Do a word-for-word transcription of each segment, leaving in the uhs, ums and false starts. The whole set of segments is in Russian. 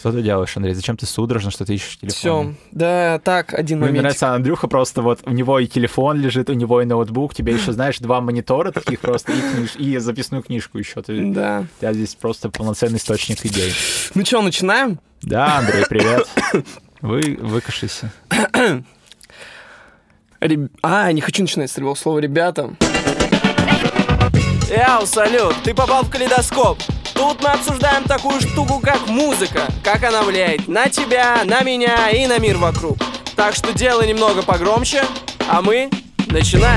Что ты делаешь, Андрей? Зачем ты судорожно что-то ищешь в телефоне? Все, да, так, один Мне момент. нравится, Андрюха просто вот, у него и телефон лежит, у него и ноутбук, тебе еще, знаешь, два монитора таких просто, и, книж... и записную книжку еще. Ты... Да. У тебя здесь просто полноценный источник идей. Ну что, начинаем? Да, Андрей, привет. Вы выкашляйся. Реб... А, не хочу начинать с любого слова «ребята». Яу, салют, ты попал в калейдоскоп. Тут мы обсуждаем такую штуку, как музыка, как она влияет на тебя, на меня и на мир вокруг. Так что делай немного погромче, а мы начинаем.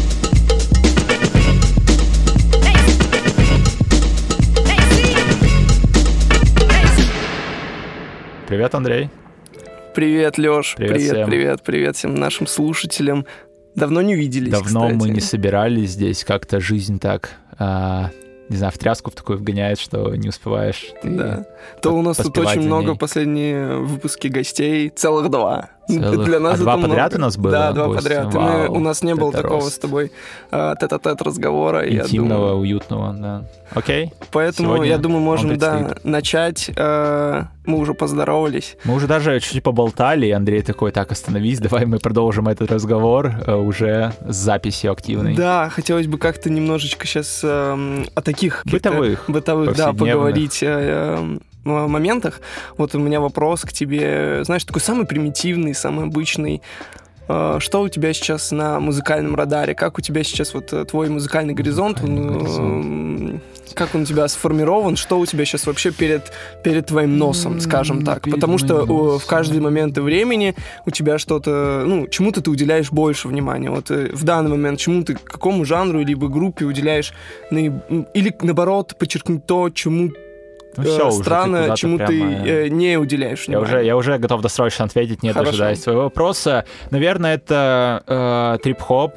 Привет, Андрей. Привет, Лёш. Привет, привет, всем. привет, привет всем нашим слушателям. Давно не виделись, Давно кстати. мы не собирались здесь, как-то жизнь так, а, не знаю, в тряску в такую вгоняет, что не успеваешь. Ты Да. То у нас тут очень много последние выпуски гостей, целых два. Целых... Для нас а два это подряд много. у нас было? Да, два гостя? подряд. И Вау, мы, у нас не было это такого рост. с тобой а, тет-а-тет разговора. Интимного, я думаю. уютного, да. Окей. Поэтому, Сегодня я думаю, можем, он да, предстоит. начать. А, мы уже поздоровались. Мы уже даже чуть-чуть поболтали, и Андрей такой, так, остановись, давай мы продолжим этот разговор э, уже с записью активной. Да, хотелось бы как-то немножечко сейчас э, о таких... Бытовых, Бытовых, да, повседневных. поговорить о, о моментах. Вот у меня вопрос к тебе. Знаешь, такой самый примитивный, самый обычный. Э, Что у тебя сейчас на музыкальном радаре? Как у тебя сейчас вот э, твой музыкальный горизонт? Музыкальный Он, горизонт. э, Как он у тебя сформирован? Что у тебя сейчас вообще перед, перед твоим носом, скажем так? перед Потому что моим э, в носом. каждый момент времени у тебя что-то, ну, чему-то ты уделяешь больше внимания. Вот э, в данный момент чему ты, какому жанру либо группе уделяешь, наиб- или наоборот, подчеркнуть то, чему Ну, э, всё уже, ты странно, куда-то чему прямо- ты э, не уделяешь Я внимания. уже, я уже готов досрочно ответить, не Хорошо. дожидаясь своего вопроса. Наверное, это э, трип-хоп.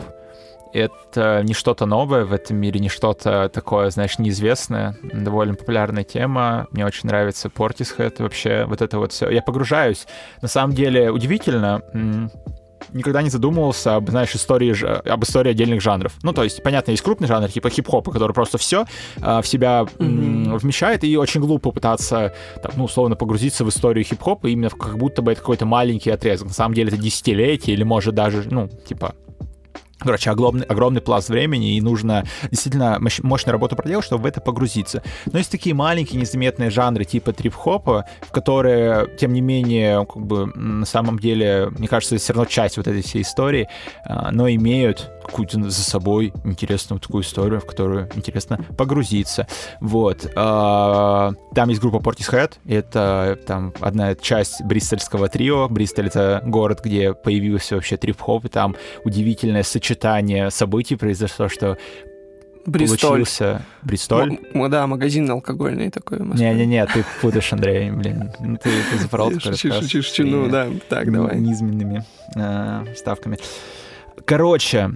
Это не что-то новое в этом мире, не что-то такое, знаешь, неизвестное. Довольно популярная тема. Мне очень нравится Portishead вообще. Вот это вот все. Я погружаюсь. На самом деле, удивительно. м, Никогда не задумывался об, знаешь, истории, ж- об истории отдельных жанров. Ну, то есть, понятно, есть крупный жанр, типа хип-хопа, который просто все в себя м, Мгм. вмещает, и очень глупо пытаться, там, ну, условно, погрузиться в историю хип-хопа, именно в- как будто бы это какой-то маленький отрезок. На самом деле это десятилетие, или, может, даже, ну, типа... Короче, огромный, огромный пласт времени, и нужно действительно мощ- мощную работу проделать, чтобы в это погрузиться. Но есть такие маленькие незаметные жанры типа трип-хопа, в которые, тем не менее, как бы, на самом деле, мне кажется, все равно часть вот этой всей истории, а, но имеют какую-то за собой интересную такую историю, в которую интересно погрузиться. Вот. А, Там есть группа Portishead, это там одна часть бристольского трио. Бристоль — это город, где появился вообще трип-хоп, и там удивительное сочетание событий произошло, что Бристоль. получился Бристоль. М- да, магазин алкогольный такой. в Москве. Не-не-не, ты путаешь, Андрей, блин. Ну, Ты, ты запорол Я такой шучу, рассказ шучу, шучу. с Ну твоими да, так, давай. низменными э, ставками. Короче,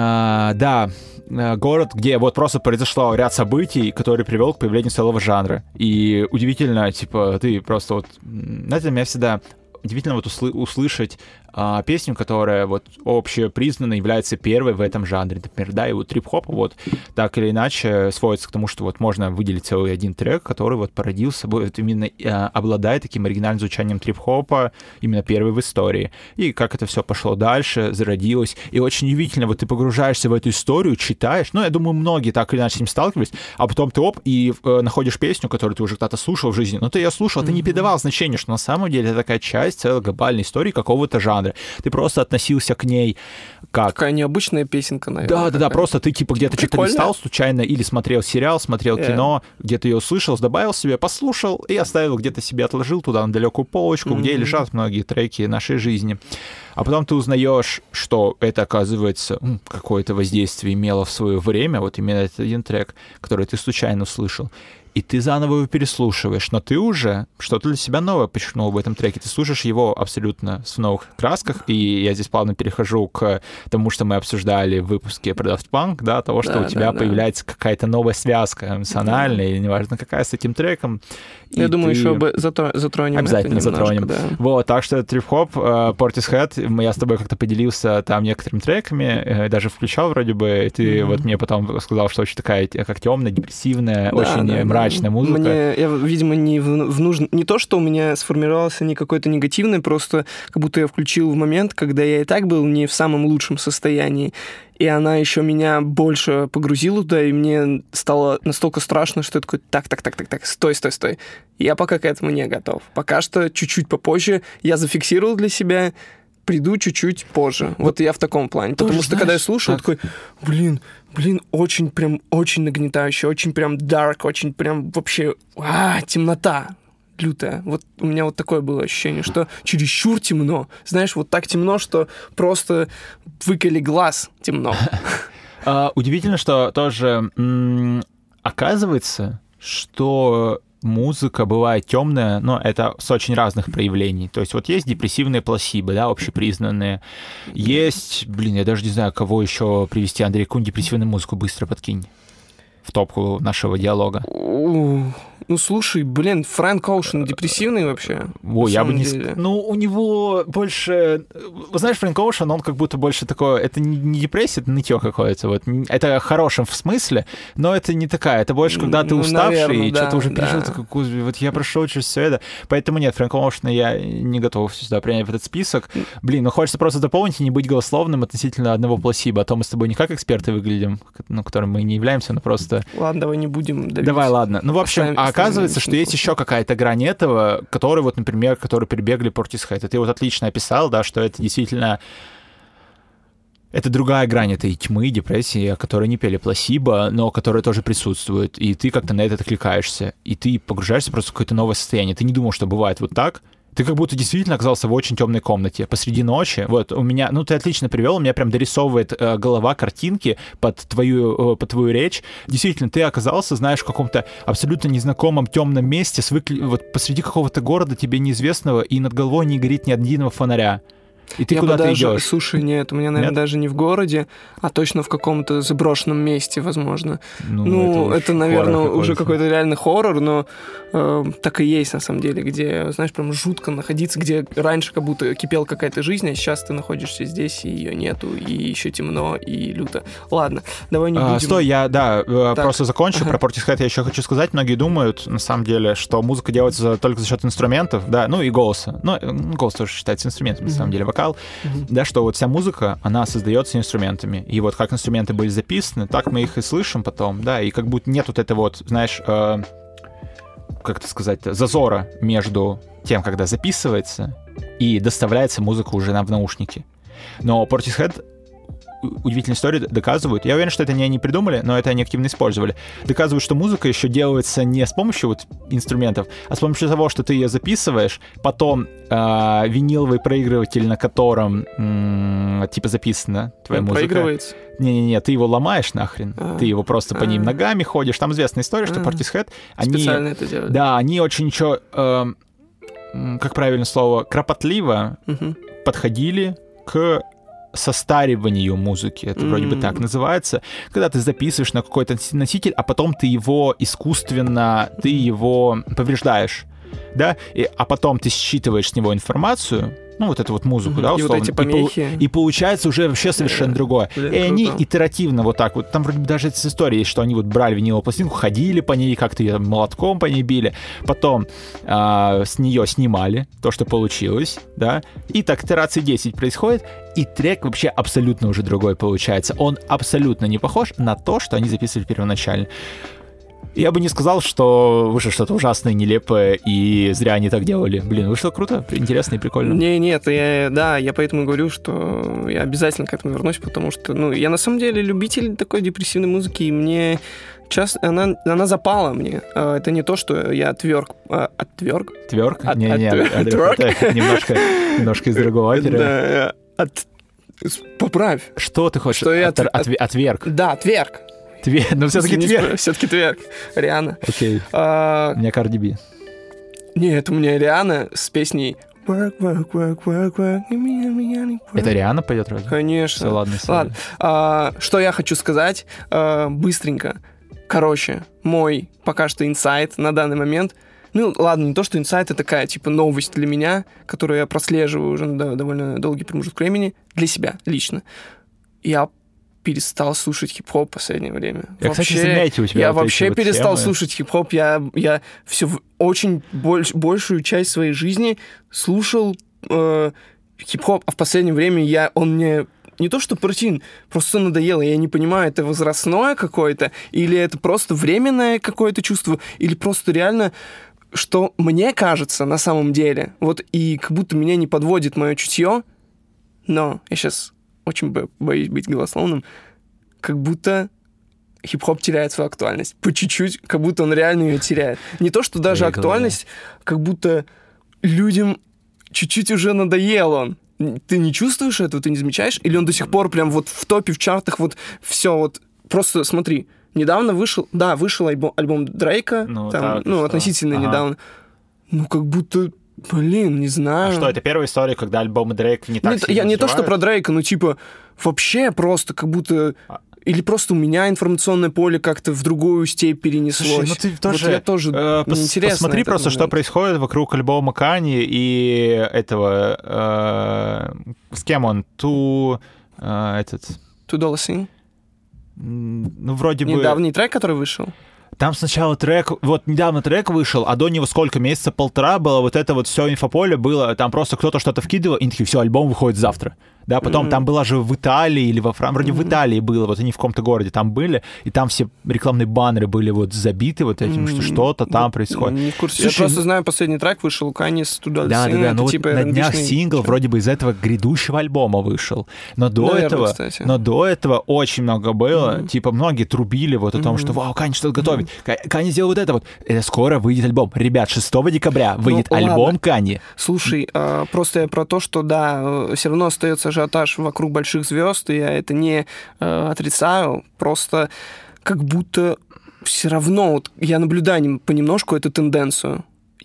э, да, э, город, где вот просто произошло ряд событий, который привел к появлению целого жанра. И удивительно, типа, ты просто вот... м, Знаете, меня всегда удивительно вот услы- услышать а, песню, которая вот общепризнанно является первой в этом жанре. Например, да, и вот трип-хоп вот так или иначе сводится к тому, что вот можно выделить целый один трек, который вот породил собой, вот именно а, обладает таким оригинальным звучанием трип-хопа, именно первый в истории. И как это все пошло дальше, зародилось. И очень удивительно, вот ты погружаешься в эту историю, читаешь, ну, я думаю, многие так или иначе с ним сталкивались, а потом ты оп, и э, находишь песню, которую ты уже когда-то слушал в жизни, но ты ее слушал, ты не придавал значения, что на самом деле это такая часть целой глобальной истории какого-то жанра. Ты просто относился к ней как... Такая необычная песенка, наверное. Да, да, да, просто ты типа где-то что-то Прикольно. листал случайно или смотрел сериал, смотрел Э. кино, где-то ее услышал, добавил себе, послушал и оставил где-то себе, отложил туда на далекую полочку, где и Мгм. лежат многие треки нашей жизни. А потом ты узнаешь, что это, оказывается, м, какое-то воздействие имело в свое время, вот именно этот один трек, который ты случайно услышал. И ты заново его переслушиваешь, но ты уже что-то для себя новое подчеркнул в этом треке. Ты слушаешь его абсолютно в новых красках, и я здесь плавно перехожу к тому, что мы обсуждали в выпуске про Daft Punk, да, того, что Да, у тебя да, да. появляется какая-то новая связка эмоциональная, или неважно какая, с этим треком, Я и думаю, ты... еще бы зато... затронем Обязательно это затронем. Да. Вот, так что трип-хоп, Portishead, я с тобой как-то поделился там некоторыми треками, даже включал вроде бы, и ты mm-hmm. вот мне потом сказал, что очень такая, как темная, депрессивная, да, очень да, мрачная да. музыка. Мне, я, видимо, не, в, в нуж... не то, что у меня сформировался не какой-то негативный, просто как будто я включил в момент, когда я и так был не в самом лучшем состоянии, и она еще меня больше погрузила туда, и мне стало настолько страшно, что я такой, так, так, так, так, так, стой, стой, стой. Я пока к этому не готов. Пока что чуть-чуть попозже я зафиксировал для себя, приду чуть-чуть позже. Вот, вот я в таком плане. Тоже, потому что, знаешь, когда я слушаю, так... такой, блин, блин, очень прям, очень нагнетающе, очень прям dark, очень прям вообще, а, темнота. Лютая. Вот у меня вот такое было ощущение, что чересчур темно. Знаешь, вот так темно, что просто выколи глаз темно. Удивительно, что тоже оказывается, что музыка бывает темная, но это с очень разных проявлений. То есть вот есть депрессивные пласибо, да, общепризнанные. Есть, блин, я даже не знаю, кого еще привести. Андрей, какую депрессивную музыку быстро подкинь в топку нашего диалога. Ну, слушай, блин, Фрэнк Оушен депрессивный вообще? О, я бы не сказал. Ну, у него больше... Вы знаешь, Фрэнк Оушен, он как будто больше такое... Это не депрессия, это нытье какое-то. Вот. Это в хорошем смысле, но это не такая. Это больше, когда ты ну, уставший, наверное, и да, что-то уже пережил. Да. Такой, вот я прошел через все это. Поэтому нет, Фрэнк Оушена я не готов сюда принять в этот список. Блин, ну хочется просто дополнить и не быть голословным относительно одного пласибо. А то мы с тобой не как эксперты выглядим, ну, которым мы не являемся, но просто... Ладно, давай не будем давить. Давай, ладно. Ну, в общем, а оказывается, что есть еще какая-то грань этого, который, вот, например, который прибегли Portishead. И ты вот отлично описал, да, что это действительно... Это другая грань этой тьмы, депрессии, о которой не пели пласибо, но которая тоже присутствует. И ты как-то на это откликаешься. И ты погружаешься просто в какое-то новое состояние. Ты не думал, что бывает вот так. Ты как будто действительно оказался в очень темной комнате посреди ночи. Вот у меня, ну ты отлично привел, у меня прям дорисовывает э, голова картинки под твою, э, под твою речь. Действительно, ты оказался, знаешь, в каком-то абсолютно незнакомом темном месте, свыкли, вот посреди какого-то города тебе неизвестного, и над головой не горит ни одного фонаря. И ты я куда-то даже, идешь. Слушай, нет, у меня, наверное, нет? даже не в городе, а точно в каком-то заброшенном месте, возможно. Ну, ну это, это наверное, какой-то. уже какой-то реальный хоррор, но э, так и есть, на самом деле, где, знаешь, прям жутко находиться, где раньше как будто кипела какая-то жизнь, а сейчас ты находишься здесь, и ее нету, и еще темно, и люто. Ладно, давай не будем... А, стой, я, да, так. просто закончу. Ага. Про Portishead я еще хочу сказать. Многие думают, на самом деле, что музыка делается только за счет инструментов, да, ну и голоса. Ну, голос тоже считается инструментом, mm-hmm. на самом деле, вокал. Mm-hmm. Да, что вот вся музыка, она создается инструментами. И вот как инструменты были записаны, так мы их и слышим потом, да, и как будто нет вот этого вот, знаешь, э, как это сказать, зазора между тем, когда записывается и доставляется музыка уже нам в наушники. Но Portishead удивительные истории доказывают, я уверен, что это не они придумали, но это они активно использовали, доказывают, что музыка еще делается не с помощью вот инструментов, а с помощью того, что ты ее записываешь, потом э, виниловый проигрыватель, на котором м- типа записана твоя Он музыка. Проигрывается? Не-не-не, ты его ломаешь нахрен, А-а-а. ты его просто по ним ногами ходишь, там известная история, что Portishead, они... Специально это делают. Да, они очень еще, э, как правильно слово, кропотливо угу. подходили к состариванию музыки, это mm-hmm. вроде бы так называется, когда ты записываешь на какой-то носитель, а потом ты его искусственно, ты его повреждаешь, да, и, а потом ты считываешь с него информацию, ну, вот эту вот музыку, mm-hmm. да, условно. И вот эти помехи. И, и получается уже вообще совершенно yeah. другое. Блин, и круто. Они итеративно вот так вот, там вроде бы даже эта история есть, что они вот брали виниловую пластинку, ходили по ней, как-то ее молотком по ней били, потом а, с нее снимали то, что получилось, да, и так итерации десять происходит, и трек вообще абсолютно уже другой получается. Он абсолютно не похож на то, что они записывали первоначально. Я бы не сказал, что вышло что-то ужасное, нелепое, и зря они так делали. Блин, вышло круто, интересно и прикольно. Не, нет, я, да, я поэтому говорю, что я обязательно к этому вернусь, потому что, ну, я на самом деле любитель такой депрессивной музыки, и мне часто, она, она запала мне. Это не то, что я отверг. Отверг? Тверг? От, Не-не, от, немножко, немножко из другого опера. Да, от... Поправь. Что ты хочешь? Что я от, от, отверг? Да, отверг. Твер, ну все-таки Тверг. Все-таки Тверг. Риана. Окей. А... У меня Cardi B. Нет, у меня Риана с песней Work, work, work, work, work. Это Риана поет разве? Конечно. Все, ладно. Ладно. А, что я хочу сказать а, быстренько. Короче, мой пока что инсайт на данный момент. Ну, ладно, не то, что инсайт, это такая, типа, новость для меня, которую я прослеживаю уже да, довольно долгий промежуток времени, для себя лично. Я перестал слушать хип-хоп в последнее время. Я, вообще, кстати, заметил у тебя Я вот вообще эти вот перестал темы. слушать хип-хоп. Я, я все очень больш, большую часть своей жизни слушал э, хип-хоп, а в последнее время я, он мне не то что противен, просто надоело. Я не понимаю, это возрастное какое-то, или это просто временное какое-то чувство, или просто реально, что мне кажется на самом деле, вот и как будто меня не подводит мое чутье, но я сейчас очень бо- боюсь быть голословным, как будто хип-хоп теряет свою актуальность. По чуть-чуть, как будто он реально ее теряет. Не то, что даже Выиграл, актуальность, как будто людям чуть-чуть уже надоел он. Ты не чувствуешь этого, ты не замечаешь? Или он до сих пор прям вот в топе, в чартах, вот все вот... Просто смотри, недавно вышел... Да, вышел альбом, альбом Дрейка, Ну, там, так, ну что? относительно Ага. недавно. Ну, как будто... Блин, не знаю. А что, это первая история, когда альбом Дрейк не так Не, сильно я не то, что взрывает? про Дрейка, но типа вообще просто как будто... А. Или просто у меня информационное поле как-то в другую степь перенеслось. Слушай, ну ты тоже, вот я тоже э, пос- неинтересно посмотри этот просто, что момент. происходит вокруг альбома Кани и этого... э, с кем он? Ту... э, этот... Two Dollar Sign? м, Ну, вроде бы... Недавний трек, который вышел? Там сначала трек, вот недавно трек вышел, а до него сколько, месяца полтора было, вот это вот все инфополе было, там просто кто-то что-то вкидывал, и такие, все, альбом выходит завтра. Да, потом Мгм. там была же в Италии или во Франции, вроде в Мгм. Италии было, вот они в каком-то городе там были, и там все рекламные баннеры были вот забиты вот этим, что М, что-то там вот происходит. Не в курсе. Слушай, я просто ну- знаю, последний трек вышел у Kanye с Two Dollar Да, Sign. да, да, это ну вот типа на днях эр энд би-шный сингл чё. вроде бы из этого грядущего альбома вышел, но до Наверно, этого, кстати. но до этого очень много было, Мгм. типа многие трубили вот о том, Мгм. что вау, Кани что-то готовит, Ка- Кани сделал вот это вот, это скоро выйдет альбом, ребят, шестого декабря выйдет Ну, альбом ладно. Кани. Слушай, а, просто я про то, что да, все равно остается ажиотаж вокруг больших звезд, и я это не э, отрицаю, просто как будто все равно вот я наблюдаю нем- понемножку эту тенденцию.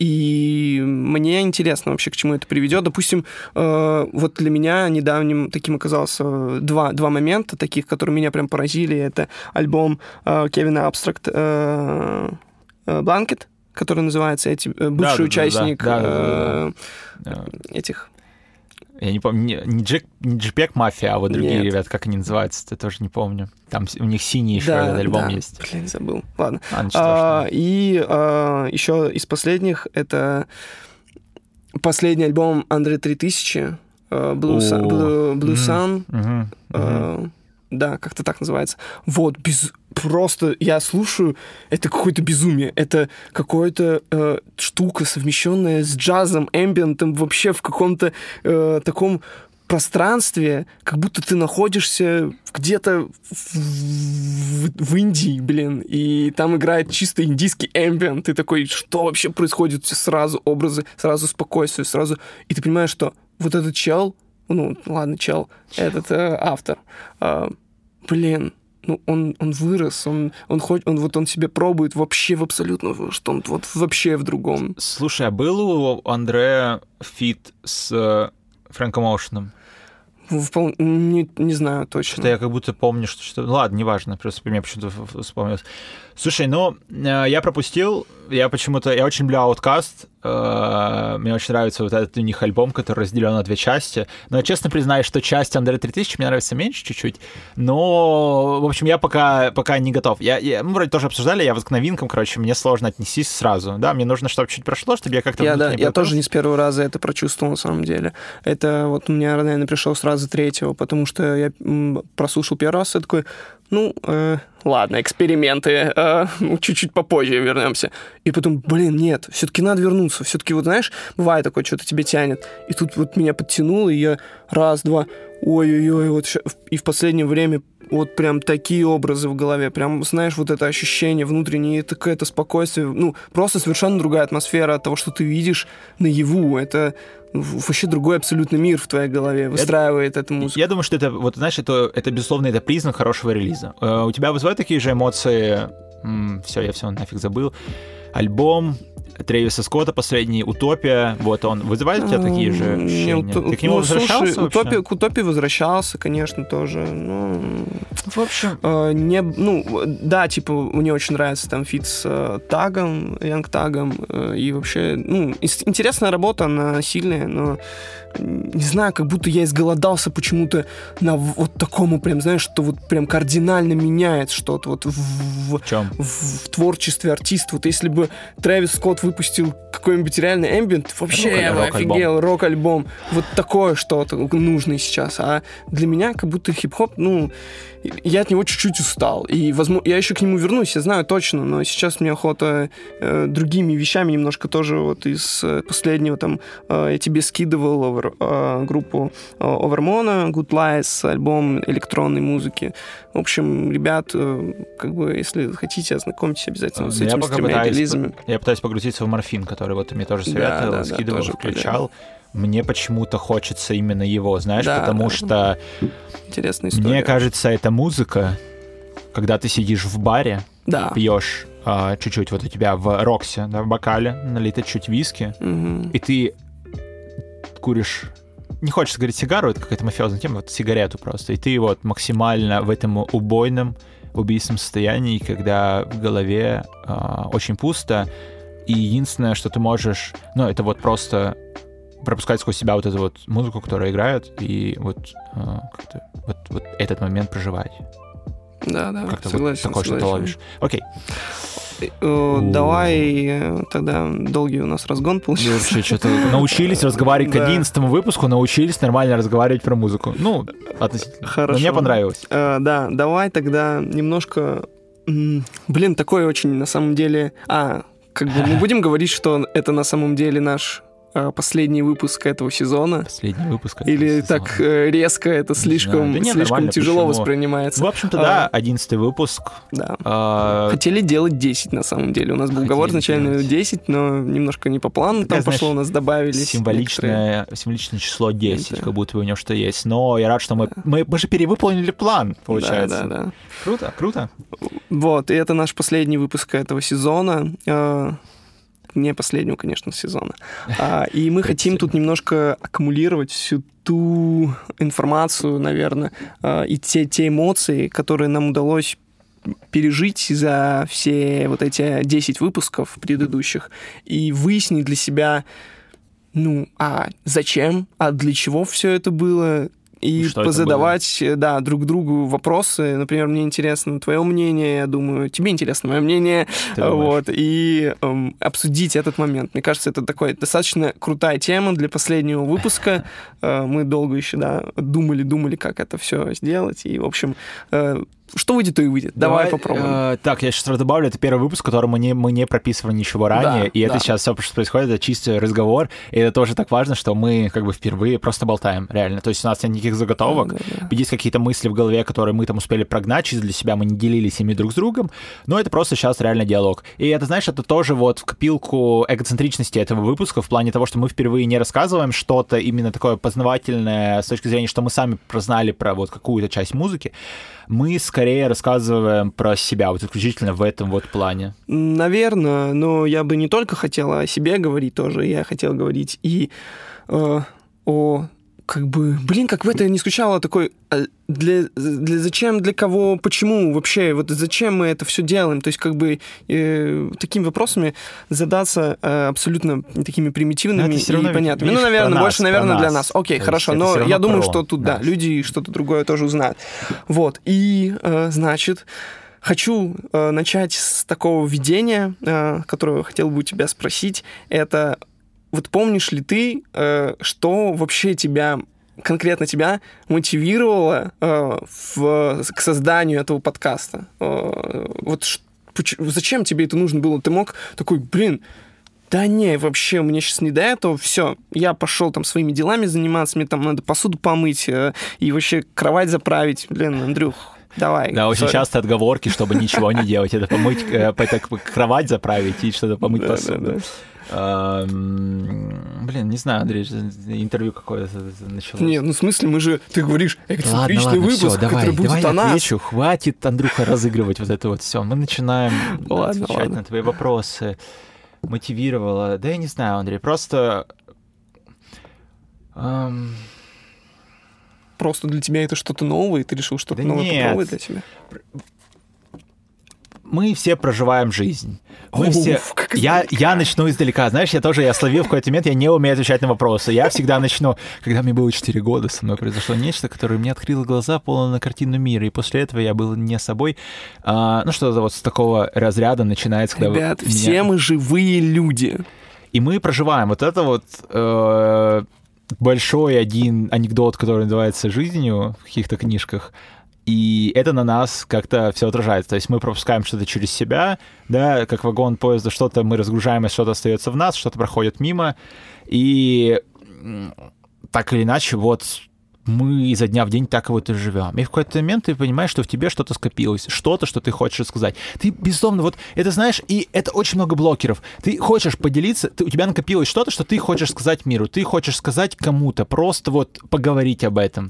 И мне интересно вообще, к чему это приведет. Допустим, э, вот для меня недавним таким оказался э, два, два момента таких, которые меня прям поразили. Это альбом э, Кевина Абстракт э, э, «Blanket», который называется, эти, э, бывший Да-да-да-да. участник Да-да-да-да. э, этих... Я не помню, не, не, Джек, не Джипек Мафия, а вот другие Нет. ребята, как они называются, я тоже не помню. Там с- у них синий еще Да, этот альбом да. есть. Блин, забыл. Ладно. А, ничего А, страшного. и а, еще из последних это последний альбом Андре три тысячи, а, Blue, Sun, О, Blue, Blue мгм. Sun. Мгм, мгм. а, да, как-то так называется. Вот, без... просто я слушаю, это какое-то безумие. Это какая-то э, штука, совмещенная с джазом, эмбиентом, вообще в каком-то э, таком пространстве, как будто ты находишься где-то в, в- в Индии, блин, и там играет чисто индийский эмбиент. Ты такой, что вообще происходит? Сразу образы, сразу спокойствие, сразу... И ты понимаешь, что вот этот чел, ну, ладно, чел, этот э, автор, э, блин, ну, он, он вырос, он, он, хоть, он, вот он себе пробует вообще в абсолютно, что он вот вообще в другом. Слушай, а был у Андре фит с э, Фрэнком Оушеном? Впол- Не, не знаю точно. Что-то я как будто помню, что что-то... Ну, ладно, неважно, просто мне почему-то в- в- вспомнилось. Слушай, ну, э, я пропустил, я почему-то... Я очень люблю Outkast, э, мне очень нравится вот этот у них альбом, который разделен на две части, но я честно признаюсь, что часть Андре три тысячи мне нравится меньше чуть-чуть, но, в общем, я пока, пока не готов. Я, я, мы вроде тоже обсуждали, я вот к новинкам, короче, мне сложно отнестись сразу, да, мне нужно, чтобы чуть прошло, чтобы я как-то... Я, да, внутренне я подготовился. тоже не с первого раза это прочувствовал, на самом деле. Это вот у меня, наверное, пришло сразу третьего, потому что я м, прослушал первый раз, и такой, ну, э, ладно, эксперименты, э, ну, чуть-чуть попозже вернемся. И потом, блин, нет, все-таки надо вернуться. Все-таки, вот знаешь, бывает такое, что-то тебе тянет. И тут вот меня подтянуло, и я раз, два, ой-ой-ой, вот ща- и в последнее время вот прям такие образы в голове, прям, знаешь, вот это ощущение внутреннее, это какое-то спокойствие, ну, просто совершенно другая атмосфера от того, что ты видишь наяву. Это вообще другой абсолютно мир в твоей голове выстраивает эту музыку. Я думаю, что это, вот знаешь, это, это безусловно, это признак хорошего релиза. Э, у тебя вызывают такие же эмоции? Все, я все нафиг забыл. Альбом Трэвиса Скотта последний, «Утопия», вот он вызывает у тебя такие же ощущения? Ну, Ты к нему ну, возвращался слушай, вообще? Утопия, к «Утопии» возвращался, конечно, тоже. Ну, В общем... э, не, ну, да, типа, мне очень нравится там фит с э, Тагом, Янг Тагом, э, и вообще, ну, ис- интересная работа, она сильная, но не знаю, как будто я изголодался почему-то на вот такому прям, знаешь, что вот прям кардинально меняет что-то вот в, в, В чем? в, в творчестве артиста. Вот если бы Трэвис Скотт выпустил какой-нибудь реальный эмбиент, вообще Рок- я бы рок-альбом. офигел, рок-альбом. Вот такое что-то нужное сейчас. А для меня как будто хип-хоп, ну, я от него чуть-чуть устал. И, возможно, я еще к нему вернусь, я знаю точно, но сейчас мне охота э, другими вещами немножко тоже вот из э, последнего там э, я тебе скидывал over, э, группу э, Overmona, Good Lies, альбом электронной музыки. В общем, ребят, э, как бы, если хотите, ознакомьтесь обязательно с Я этими пока тремя пытаюсь, релизами. я пытаюсь погрузиться в «Морфин», который вот ты мне тоже Да, советовал, да, да, скидывал, тоже включал. Мне почему-то хочется именно его, знаешь, Да, потому да. что, Интересная история. мне кажется, эта музыка, когда ты сидишь в баре, Да. пьешь а, чуть-чуть, вот у тебя в Роксе, да, в бокале налито чуть виски, Мгм. и ты куришь, не хочется говорить сигару, это какая-то мафиозная тема, вот сигарету просто, и ты вот максимально в этом убойном, убийственном состоянии, когда в голове а, очень пусто, и единственное, что ты можешь, ну, это вот просто пропускать сквозь себя вот эту вот музыку, которая играет, и вот а, как-то вот, вот этот момент проживать. Да, да, Как-то согласен, вот такое что-то согласен. ловишь. Окей. Э, Давай э, тогда долгий у нас разгон получился. Вообще что-то научились разговаривать к Да. одиннадцатому выпуску, научились нормально разговаривать про музыку. Ну, относительно. Хорошо. Но мне понравилось. Э, да, давай тогда немножко... м, Блин, такой очень на самом деле... А, как бы мы будем говорить, что это на самом деле наш э, последний выпуск этого сезона? Последний выпуск. этого Или сезона. так э, резко это слишком, Да нет, слишком нормально, тяжело почему? воспринимается? В общем-то, А, да, одиннадцатый выпуск. Да. А, Хотели делать десять, на самом деле. У нас был Хотели уговор изначально делать. десять, но немножко не по плану. Там Такая, пошло, знаешь, у нас добавились некоторые. Символичное, символичное число десять, Да. как будто бы у него что есть. Но я рад, что мы, мы, мы же перевыполнили план, получается. Да, да, да. Круто, круто. Вот, и это наш последний выпуск этого сезона. Э, Не последнего, конечно, сезона. А, И мы хотим тут немножко аккумулировать всю ту информацию, наверное, э, и те, те эмоции, которые нам удалось пережить за все вот эти десять выпусков предыдущих, и выяснить для себя, ну, а зачем, а для чего все это было, и Что это позадавать, да, друг другу вопросы. Например, мне интересно твое мнение, я думаю, тебе интересно мое мнение, Ты думаешь? вот, и эм, обсудить этот момент. Мне кажется, это такой достаточно крутая тема для последнего выпуска. Э, мы долго еще, да, думали, думали, как это все сделать, и, в общем, э, что выйдет, то и выйдет. Давай, попробуем. э, так, я сейчас добавлю, это первый выпуск, в котором мы не, мы не прописывали ничего ранее, Да, и это да. сейчас все, что происходит, это чистый разговор, и это тоже так важно, что мы как бы впервые просто болтаем, реально. То есть у нас нет никаких заготовок, Да, да, да. есть какие-то мысли в голове, которые мы там успели прогнать чисто для себя, мы не делились ими друг с другом, но это просто сейчас реально диалог. И это, знаешь, это тоже вот в копилку эгоцентричности этого выпуска, в плане того, что мы впервые не рассказываем что-то именно такое познавательное с точки зрения, что мы сами прознали про вот какую-то часть музыки, мы скорее рассказываем про себя, вот исключительно в этом вот плане. Наверное, но я бы не только хотел о себе говорить тоже, я хотел говорить и э, о, как бы, блин, как в это не скучало, такой, а для, для зачем, для кого, почему вообще, вот зачем мы это все делаем, то есть как бы э, такими вопросами задаться э, абсолютно такими примитивными Но это всё и равно, понятными. видишь, Ну, наверное, про нас, больше, наверное, про для нас. нас. Окей, То хорошо, есть это но всё равно я думаю, про что тут, да, нас. люди что-то другое тоже узнают. Вот, и, э, значит, хочу э, начать с такого введения, э, которое хотел бы у тебя спросить. Это вот помнишь ли ты, э, что вообще тебя, конкретно тебя, мотивировало э, в, к созданию этого подкаста? Э, вот ш- поч- зачем тебе это нужно было? Ты мог такой, блин, да не, вообще, мне сейчас не до этого, все, я пошел там своими делами заниматься, мне там надо посуду помыть э, и вообще кровать заправить. Блин, Андрюх, давай. Да, очень sorry. часто отговорки, чтобы ничего не делать. Это помыть, э, это кровать заправить и что-то помыть Да, посуду. да, да. А, м, Блин, не знаю, Андрей, интервью какое-то началось. Не, ну в смысле, мы же, ты говоришь, Ладно, эксцентричный ладно, выпуск, всё, давай, который будет давай о я нас. отвечу. Хватит, Андрюха, разыгрывать вот это вот все. Мы начинаем Ладно, отвечать ладно. на твои вопросы. мотивировало? Да я не знаю, Андрей, просто... Эм... Просто для тебя это что-то новое, и ты решил что-то Да новое нет. попробовать для тебя? Мы все проживаем жизнь. Мы Уф, все... как я, издалека. я начну издалека. Знаешь, я тоже, я словил в какой-то момент, я не умею отвечать на вопросы. Я всегда начну... Когда мне было четыре года, со мной произошло нечто, которое мне открыло глаза полно на картину мира, и после этого я был не собой. А, ну, что-то вот с такого разряда начинается, когда... Ребят, меня... все мы живые люди. И мы проживаем. Вот это вот... Э- большой один анекдот, который называется «Жизнью» в каких-то книжках, и это на нас как-то все отражается. То есть мы пропускаем что-то через себя, да, как вагон поезда, что-то мы разгружаем, и что-то остается в нас, что-то проходит мимо, и так или иначе вот мы изо дня в день так вот и живем. И в какой-то момент ты понимаешь, что в тебе что-то скопилось, что-то, что ты хочешь сказать. Ты, безусловно, вот это знаешь, и это очень много блокеров. Ты хочешь поделиться, ты, у тебя накопилось что-то, что ты хочешь сказать миру, ты хочешь сказать кому-то, просто вот поговорить об этом.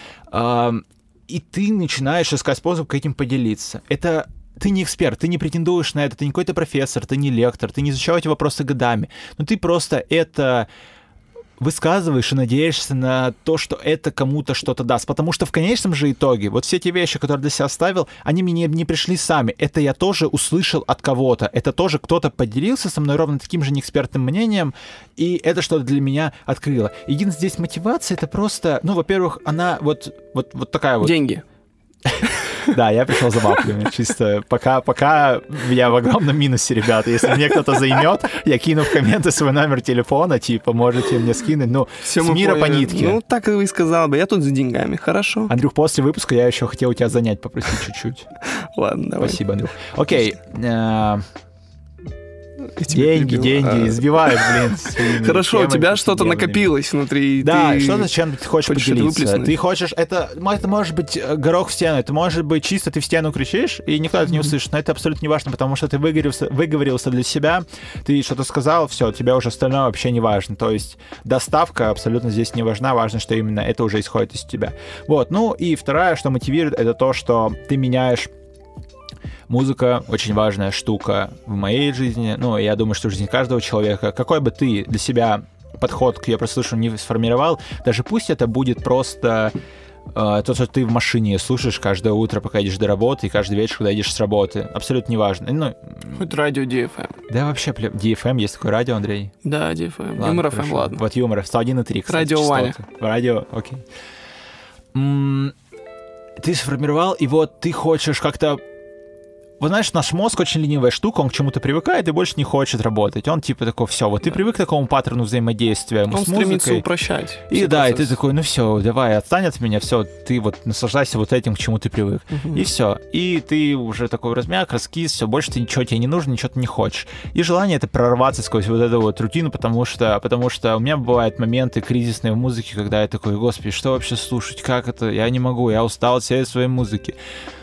И ты начинаешь искать способ к этим поделиться. Это ты не эксперт, ты не претендуешь на это, ты не какой-то профессор, ты не лектор, ты не изучал эти вопросы годами, но ты просто это... высказываешь и надеешься на то, что это кому-то что-то даст. Потому что в конечном же итоге вот все те вещи, которые для себя оставил, они мне не пришли сами. Это я тоже услышал от кого-то. Это тоже кто-то поделился со мной ровно таким же неэкспертным мнением, и это что-то для меня открыло. Единственное здесь мотивация, это просто, ну, во-первых, она вот, вот, вот такая вот... Деньги. Да, я пришел за бабками, чисто. Пока, пока я в огромном минусе, ребята. Если мне кто-то займет, я кину в комменты свой номер телефона, типа, можете мне скинуть. Ну, Всё с мы мира по поняли. нитке. Ну, так и сказал бы. Я тут за деньгами. Хорошо. Андрюх, после выпуска я еще хотел у тебя занять, попросить чуть-чуть. Ладно, давай. Спасибо, Андрюх. Окей. э, Я тебя Деньги, перебил. деньги, А, избивают, блин. своими Хорошо, у темами тебя что-то повседневными. накопилось внутри. и Да, ты что-то, чем ты хочешь хочешь это поделиться. выплеснуть. Ты хочешь, это, это может быть э, горох в стену, это может быть чисто ты в стену кричишь, и никто это не услышит, но это абсолютно не важно, потому что ты выговорился, выговорился для себя, ты что-то сказал, все, тебе уже остальное вообще не важно. То есть доставка абсолютно здесь не важна, важно, что именно это уже исходит из тебя. Вот, ну и второе, что мотивирует, это то, что ты меняешь. Музыка — очень важная штука в моей жизни, ну, я думаю, что в жизни каждого человека. Какой бы ты для себя подход к ее прослушиванию не сформировал, даже пусть это будет просто э, то, что ты в машине слушаешь каждое утро, пока идешь до работы, и каждый вечер, когда идешь с работы, абсолютно неважно. Ну, Хоть радио ди эф эм. да вообще, ди эф эм, есть такое радио, Андрей? Да, ди эф эм. Ладно, Юмор эф эм, хорошо. ладно. Вот юмор, сто один и три, кстати, Радио частоты. Ваня. Радио, окей. М- Ты сформировал, и вот ты хочешь как-то... Вот знаешь, наш мозг очень ленивая штука, он к чему-то привыкает и больше не хочет работать. Он типа такой, все, вот ты привык к такому паттерну взаимодействия Он с стремится музыкой. упрощать. И все да, и ты процессы. такой, ну все, давай, отстань от меня, все, ты вот наслаждайся вот этим, к чему ты привык. Мгм. И все. И ты уже такой размяк, раскис, все, больше ты ничего тебе не нужно, ничего ты не хочешь. И желание это прорваться сквозь вот эту вот рутину, потому что, потому что у меня бывают моменты кризисные в музыке, когда я такой, господи, что вообще слушать, как это, я не могу, я устал от всей своей музыки.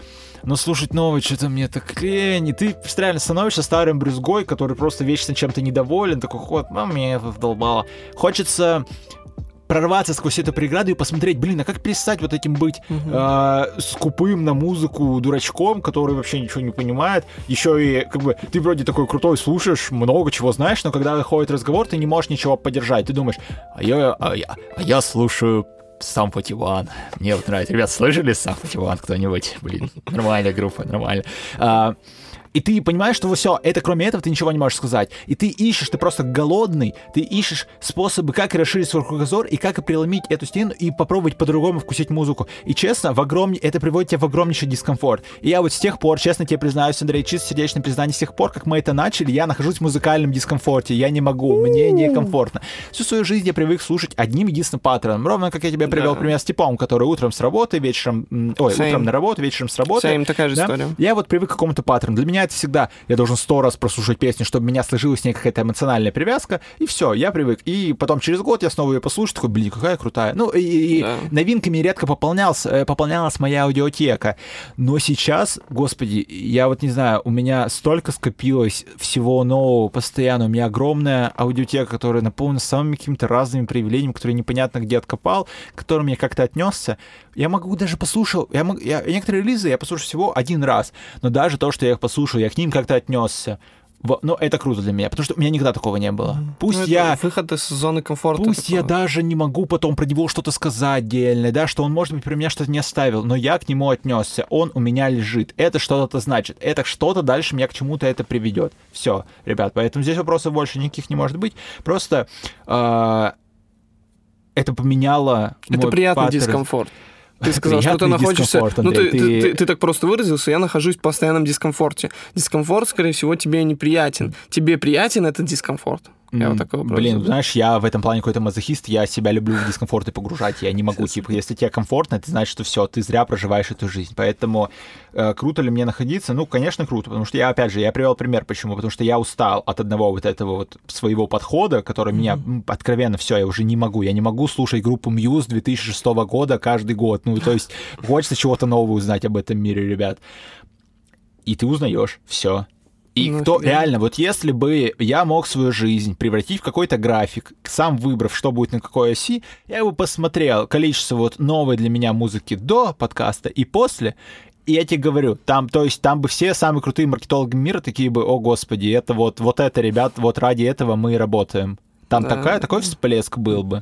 Но слушать новое что-то мне так лень. И ты реально становишься старым брюзгой, который просто вечно чем-то недоволен. Такой, ход, мама, меня это вдолбало. Хочется прорваться сквозь эту преграду и посмотреть, блин, а как перестать вот этим быть Мгм. э, скупым на музыку дурачком, который вообще ничего не понимает. Еще и как бы ты вроде такой крутой, слушаешь, много чего знаешь, но когда ходит разговор, ты не можешь ничего поддержать. Ты думаешь, а я, а я, а я слушаю Сам форти ван. Мне вот нравится. Ребят, слышали Сам форти ван кто-нибудь? Блин, нормальная группа, нормально. А, и ты понимаешь, что все, это кроме этого ты ничего не можешь сказать. И ты ищешь, ты просто голодный, ты ищешь способы, как расширить свой кругозор и как преломить эту стену и попробовать по-другому вкусить музыку. И честно, в огром... это приводит тебя в огромнейший дискомфорт. И я вот с тех пор, честно тебе признаюсь, Андрей, чисто сердечное признание, с тех пор, как мы это начали, я нахожусь в музыкальном дискомфорте. Я не могу, мне некомфортно. Всю свою жизнь я привык слушать одним единственным паттерном. Ровно как я тебе привел Да. пример с типом, который утром с работы, вечером... м, Ой, Same. утром на работу, вечером с работы. Same, такая же Да? история. Я вот привык к какому-то паттерну. Для меня это всегда, я должен сто раз прослушать песню, чтобы у меня сложилась с ней какая-то эмоциональная привязка, и все, я привык. И потом через год я снова ее послушаю, такой, блин, какая крутая. Ну, и, и Да. новинками редко пополнялся, э, пополнялась моя аудиотека. Но сейчас, господи, я вот не знаю, у меня столько скопилось всего нового постоянно, у меня огромная аудиотека, которая наполнена самыми какими-то разными проявлениями, которые непонятно где откопал, к которым я как-то отнесся. Я могу даже послушал, я, мог, я некоторые релизы я послушал всего один раз, но даже то, что я их послушал, я к ним как-то отнесся. Во, но это круто для меня, потому что у меня никогда такого не было. Пусть Ну, это я... выход из зоны комфорта. Пусть такого. я даже не могу потом про него что-то сказать отдельно, да, что он, может быть, про меня что-то не оставил, но я к нему отнесся, он у меня лежит. Это что-то значит. Это что-то дальше меня к чему-то это приведет. Все, ребят, поэтому здесь вопросов больше никаких не может быть. Просто э, это поменяло Это мой приятный паттерн. дискомфорт. Ты сказал, что ты Приятный находишься... дискомфорт, Ну, ты, Андрей, ты, ты- ты, ты так просто выразился, я нахожусь в постоянном дискомфорте. Дискомфорт, скорее всего, тебе неприятен. Тебе приятен этот дискомфорт? Я вот такой вопрос Блин, задаю. знаешь, я в этом плане какой-то мазохист, я себя люблю в дискомфорты погружать, я не могу, типа, если тебе комфортно, это значит, что все, ты зря проживаешь эту жизнь. Поэтому э, круто ли мне находиться? Ну, конечно, круто, потому что я, опять же, я привел пример, почему? Потому что я устал от одного вот этого вот своего подхода, который mm-hmm. меня, м, откровенно, все, я уже не могу, я не могу слушать группу Muse две тысячи шестого года каждый год, ну, то есть хочется чего-то нового узнать об этом мире, ребят. И ты узнаешь, все. И Ну, кто офигенно. реально, вот если бы я мог свою жизнь превратить в какой-то график, сам выбрав, что будет на какой оси, я бы посмотрел количество вот новой для меня музыки до подкаста и после, и я тебе говорю, там, то есть там бы все самые крутые маркетологи мира такие бы, о господи, это вот, вот это, ребят, вот ради этого мы и работаем. Там Да. такая, такой всплеск был бы.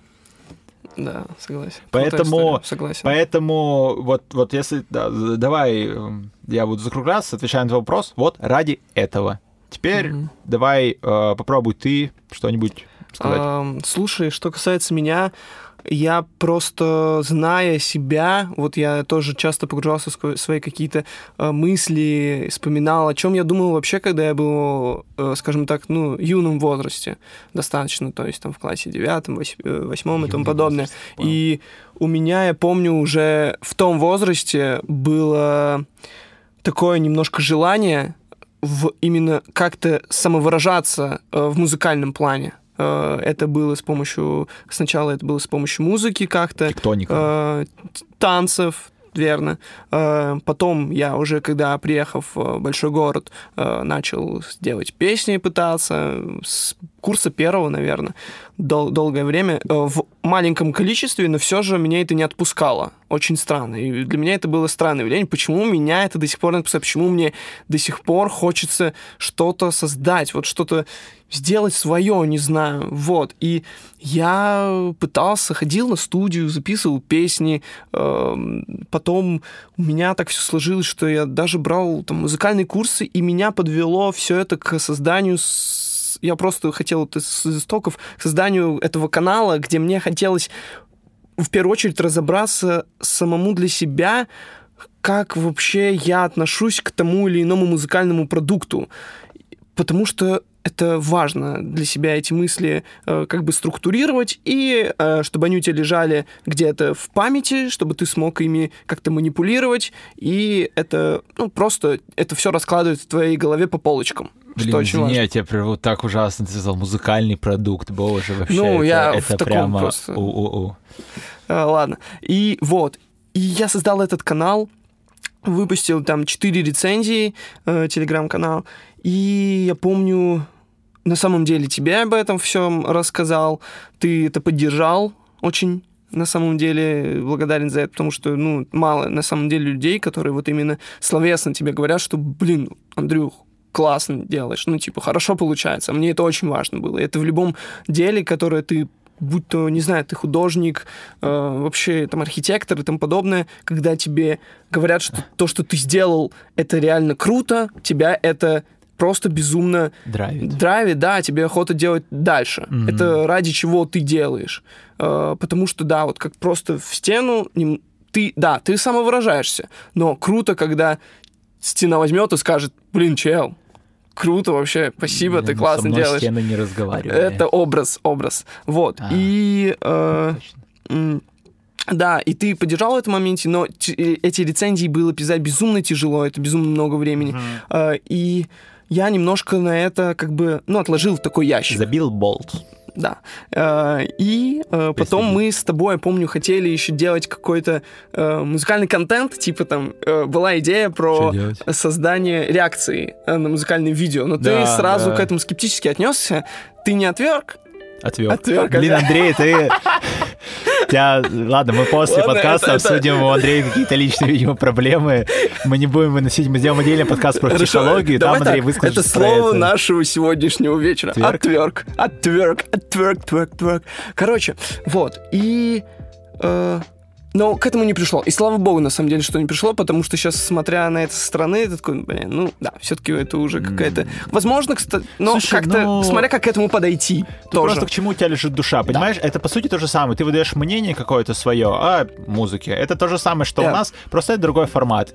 Да, согласен. Поэтому, Крутая история, согласен. поэтому вот, вот если... Да, давай э, я буду закругляться, отвечая на твой вопрос. Вот ради этого. Теперь Мгм. давай э, попробуй ты что-нибудь сказать. Ам, слушай, что касается меня, я просто, зная себя, вот я тоже часто погружался в ско- свои какие-то э, мысли, вспоминал, о чем я думал вообще, когда я был, э, скажем так, ну, юном возрасте достаточно, то есть там в классе девятом, вось- э, восьмом и тому Юный подобное. возраст, понял. И у меня, я помню, уже в том возрасте было такое немножко желание в именно как-то самовыражаться э, в музыкальном плане. Э, это было с помощью... Сначала это было с помощью музыки как-то, Тектоника. э, т- танцев, верно. Э, потом я уже, когда приехав в большой город, э, начал делать песни, пытаться. С курса первого, наверное, дол- долгое время. Э, в маленьком количестве, но все же меня это не отпускало. Очень странно. И для меня это было странное явление. Почему меня это до сих пор не отпускает? Почему мне до сих пор хочется что-то создать, вот что-то сделать свое, не знаю. Вот. И я пытался, ходил на студию, записывал песни. эм, Потом у меня так все сложилось, что я даже брал там музыкальные курсы, и меня подвело все это к созданию с- я просто хотел вот из истоков к созданию этого канала, где мне хотелось в первую очередь разобраться самому для себя, как вообще я отношусь к тому или иному музыкальному продукту. Потому что это важно для себя, эти мысли э, как бы структурировать, и э, чтобы они у тебя лежали где-то в памяти, чтобы ты смог ими как-то манипулировать, и это, ну, просто это все раскладывает в твоей голове по полочкам. Блин, что очень извини, важно. я тебя прям так ужасно ты сказал. Музыкальный продукт, боже, вообще. Ну, это, я в это таком прямо просто- у-у-у. А, ладно. И вот. И я создал этот канал, выпустил там четыре рецензии, э, телеграм-канал. И я помню, на самом деле тебе об этом всем рассказал. Ты это поддержал очень. На самом деле благодарен за это, потому что, ну, мало на самом деле людей, которые вот именно словесно тебе говорят, что, блин, Андрюх, классно делаешь, ну, типа, хорошо получается. Мне это очень важно было. Это в любом деле, которое ты, будь то, не знаю, ты художник, э, вообще там архитектор и тому подобное, когда тебе говорят, что то, что ты сделал, это реально круто, тебя это просто безумно Драйвит. драйвит, да, тебе охота делать дальше. Мгм. Это ради чего ты делаешь. Э, потому что, да, вот как просто в стену, нем- ты, да, ты самовыражаешься, но круто, когда стена возьмет и скажет, блин, чел, круто вообще, спасибо, Блин, ты ну, классно со мной делаешь. стены не разговаривали. Это образ, образ. Вот. А. И... э, Точно. м, да, и ты поддержал в этом моменте, но т- э, эти рецензии было писать безумно тяжело, это безумно много времени. Э, И я немножко на это как бы, ну, отложил в такой ящик. Забил болт. Да. Э, И э, потом Пристыдил. мы с тобой, я помню, хотели еще делать какой-то э, музыкальный контент, типа там э, была идея Что про делать? создание реакции э, на музыкальные видео, но ты Да, сразу да. к этому скептически отнесся, ты не отверг. Отвёк. Отвёк, Блин, да. Андрей, ты... Я, ладно, мы после Ладно, подкаста это- обсудим у Андрея какие-то личные, видимо, проблемы. Мы не будем выносить, мы сделаем отдельный подкаст про Хорошо, психологию, там давай Андрей так, выскажется это про слово это. нашего сегодняшнего вечера. Тверк? Отверк. Отверк. Отверк. Тверк. Тверк. Короче, вот. И... э, но к этому не пришло. И слава богу, на самом деле, что не пришло, потому что сейчас, смотря на это со стороны, это такой, блин, ну да, все-таки это уже какая-то... Возможно, кстати, но Слушай, как-то, ну, смотря как к этому подойти Тут тоже. просто к чему у тебя лежит душа, понимаешь? Это, по сути, то же самое. Ты выдаешь мнение какое-то свое о музыке. Это то же самое, что Да. у нас, просто это другой формат.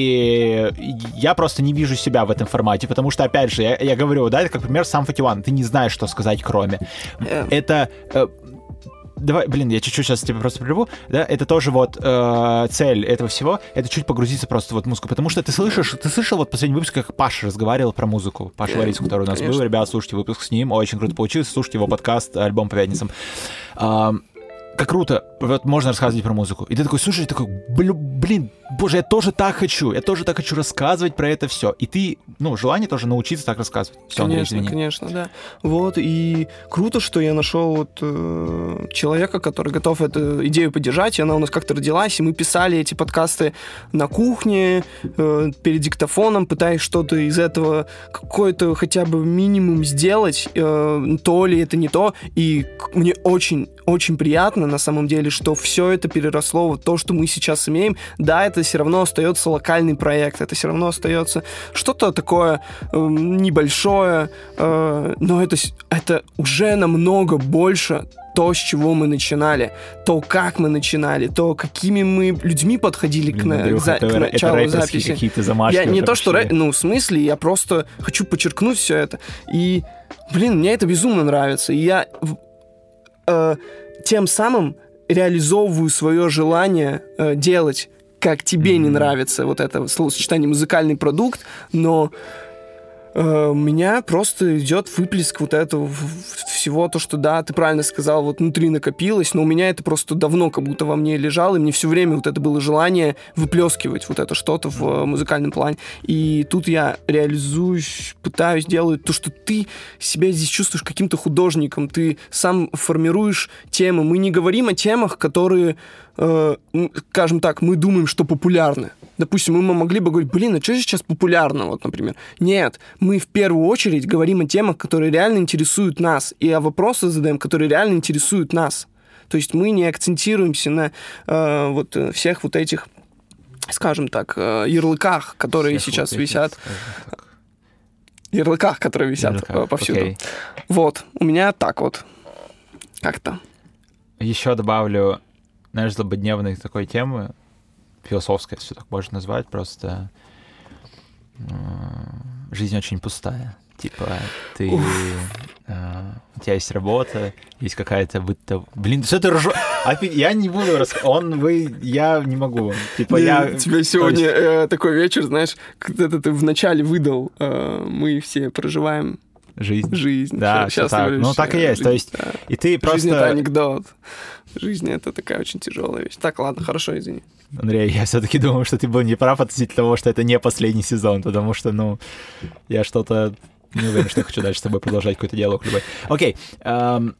И я просто не вижу себя в этом формате, потому что, опять же, я, я говорю, да, это как пример сам форти ван. Ты не знаешь, что сказать кроме. Э. Это... э, Давай, блин, я чуть-чуть сейчас тебя просто прерву, да, это тоже вот э, цель этого всего, это чуть погрузиться просто вот в музыку, потому что ты слышишь, ты слышал вот последний выпуск, как Паша разговаривал про музыку, Паша Ларисов, который у нас Конечно. был, ребят, слушайте выпуск с ним, очень круто получился, слушайте его подкаст, альбом по пятницам. А, как круто, вот можно рассказывать про музыку. И ты такой слушаешь, такой, блин, блин, боже, я тоже так хочу, я тоже так хочу рассказывать про это все. И ты, ну, желание тоже научиться так рассказывать. Всё, Андрей, Конечно, извини. конечно, да. Вот, и круто, что я нашел вот э, человека, который готов эту идею поддержать, и она у нас как-то родилась, и мы писали эти подкасты на кухне, э, перед диктофоном, пытаясь что-то из этого, какой-то хотя бы минимум сделать, э, то ли это не то, и к- мне очень, очень приятно, на самом деле, что все это переросло в то, что мы сейчас имеем. Да, это все равно остается локальный проект, это все равно остается что-то такое э, небольшое, э, но это, с- это уже намного больше то, с чего мы начинали, то, как мы начинали, то, какими мы людьми подходили к, Блин, на- Андрюха, к за- это, к ре- это началу рэперские записи. какие-то замашки. Я не уже то, что... пошли. рэ- Ну, в смысле, я просто хочу подчеркнуть все это. И, блин, мне это безумно нравится. И я в- э, тем самым реализовываю свое желание э, делать, как тебе не Мгм. нравится вот это словосочетание музыкальный продукт, но э, у меня просто идет выплеск вот этого в- в- всего, то, что, да, ты правильно сказал, вот внутри накопилось, но у меня это просто давно как будто во мне лежало, и мне все время вот это было желание выплескивать вот это что-то в э, музыкальном плане. И тут я реализуюсь, пытаюсь делать то, что ты себя здесь чувствуешь каким-то художником, ты сам формируешь темы. Мы не говорим о темах, которые, э, м, скажем так, мы думаем, что популярны. Допустим, мы могли бы говорить, блин, а что сейчас популярно, вот, например. Нет, мы в первую очередь говорим о темах, которые реально интересуют нас, и о вопросах задаем, которые реально интересуют нас. То есть мы не акцентируемся на э, вот э, всех вот этих, скажем так, э, ярлыках, которые Всех сейчас вот этих, висят, скажем так. ярлыках, которые висят Ярлыках, э, повсюду. окей. Вот, у меня так вот, как-то. Еще добавлю, знаешь, злободневной такой темы, философской, если так можно назвать, просто э, жизнь очень пустая. Типа, ты... э, у тебя есть работа, есть какая-то быто... Блин, что ты ржешь? Я не буду рассказывать. Он, вы... Я не могу. Типа, Не, я... у тебя сегодня э, такой вечер, знаешь, когда ты вначале выдал, э, мы все проживаем Жизнь. жизнь. Да, всё так. Ну, так и есть. То есть, и ты Жизнь — это просто... анекдот. Жизнь — это такая очень тяжелая вещь. Так, ладно, хорошо, извини. Андрей, я все-таки думаю, что ты был неправ относительно того, что это не последний сезон, потому что, ну, я что-то не уверен, что я хочу дальше с тобой продолжать какой-то диалог любой. Окей. эм,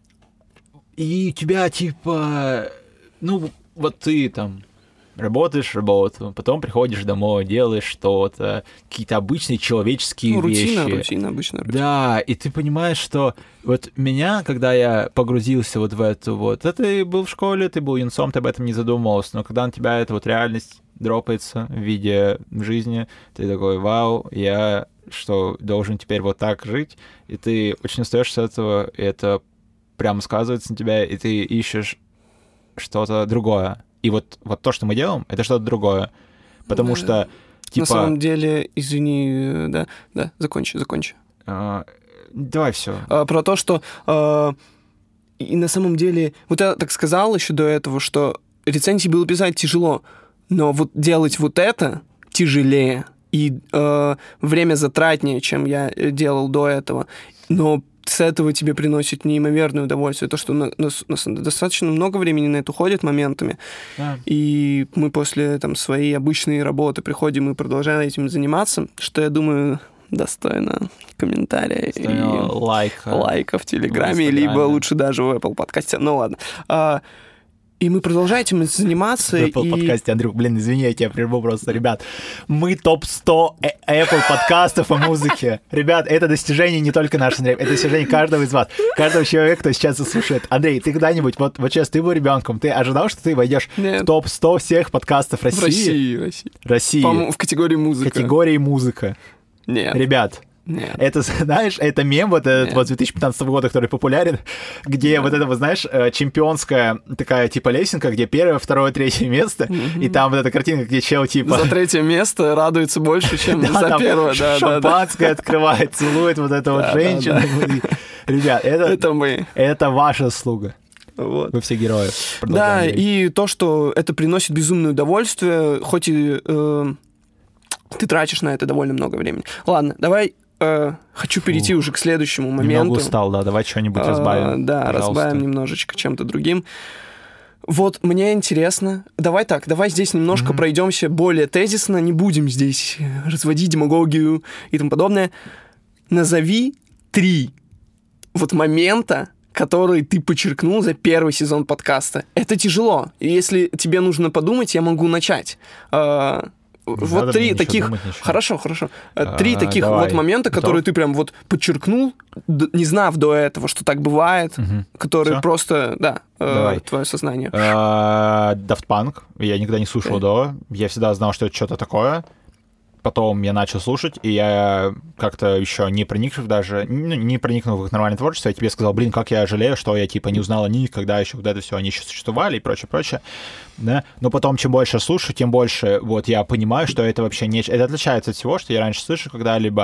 и у тебя, типа, ну, вот ты там работаешь работу, потом приходишь домой, делаешь что-то, какие-то обычные человеческие Ну, рутина, вещи. рутина, обычная рутина. Да, и ты понимаешь, что вот меня, когда я погрузился вот в эту вот, это ты был в школе, ты был юнцом, ты об этом не задумывался, но когда на тебя эта вот реальность дропается в виде жизни, ты такой, вау, я что, должен теперь вот так жить, и ты очень устаешь с этого, и это прямо сказывается на тебя, и ты ищешь что-то другое. И вот, вот то, что мы делаем, это что-то другое. Потому Да. что, типа... На самом деле, извини, э, да, да, закончи, закончи. э, давай все. А, про то, что э, и на самом деле, вот я так сказал еще до этого, что рецензии было писать тяжело, но вот делать вот это тяжелее и э, время затратнее, чем я э, делал до этого. Но с этого тебе приносит неимоверное удовольствие. То, что на, на, на, достаточно много времени на это уходит моментами. Да. И мы после там, своей обычной работы приходим и продолжаем этим заниматься, что, я думаю, достойно комментария Достойно и лайка. лайка в Телеграме, в Инстаграме. либо лучше даже в Apple подкасте. Ну ладно. А, и мы продолжаем этим заниматься. В Apple и... подкасте, Андрюх, блин, извини, я тебя прерву просто, ребят. Мы топ сто Apple подкастов о музыке. Ребят, это достижение не только наше, Андрей, это достижение каждого из вас, каждого человека, кто сейчас это слушает. Андрей, ты когда-нибудь, вот, вот сейчас ты был ребенком, ты ожидал, что ты войдешь Нет. в топ сто всех подкастов России? В России, России. России. По-моему, в категории музыка. Категории музыка. Нет. Ребят, Нет. это, знаешь, это мем вот этот Нет. вот две тысячи пятнадцатого года, который популярен, где Да. вот это, вот, знаешь, э, чемпионская такая типа лесенка, где первое, второе, третье место, и там вот эта картинка, где чел типа... За третье место радуется больше, чем Да, за там первое. Да, да, да. шампанское открывает, целует вот эту вот Да, да, женщину. Ребят, это, Это мы. это ваша заслуга. Вот. Вы все герои. Да, Продолжаем, Андрей. и то, что это приносит безумное удовольствие, хоть и э, ты тратишь на это довольно много времени. Ладно, давай э, хочу перейти уже к следующему моменту. Немного устал, да, давай что-нибудь А, разбавим. Да, пожалуйста. разбавим немножечко чем-то другим. Вот мне интересно. Давай так, давай здесь немножко Мгм. пройдемся более тезисно, не будем здесь разводить демагогию и тому подобное. Назови три вот момента, которые ты подчеркнул за первый сезон подкаста. Это тяжело. И если тебе нужно подумать, я могу начать. А, Не вот надо три мне ничего таких... думать, ничего. Хорошо, хорошо. А, Три А, таких давай. вот момента, Готов? которые ты прям вот подчеркнул, д- не знав до этого, что так бывает, Мгм. которые Всё? просто, да, э, Давай. твое сознание. А, Daft Punk. Я никогда не слушал Окей. до. Я всегда знал, что это что-то такое. Потом я начал слушать, и я как-то еще не проникнув даже, ну, не проникнув в их нормальное творчество, я тебе сказал, блин, как я жалею, что я типа не узнал о них, когда еще когда это все они еще существовали и прочее, прочее. Да? Но потом, чем больше я слушаю, тем больше вот я понимаю, что это вообще не... Это отличается от всего, что я раньше слышал когда-либо,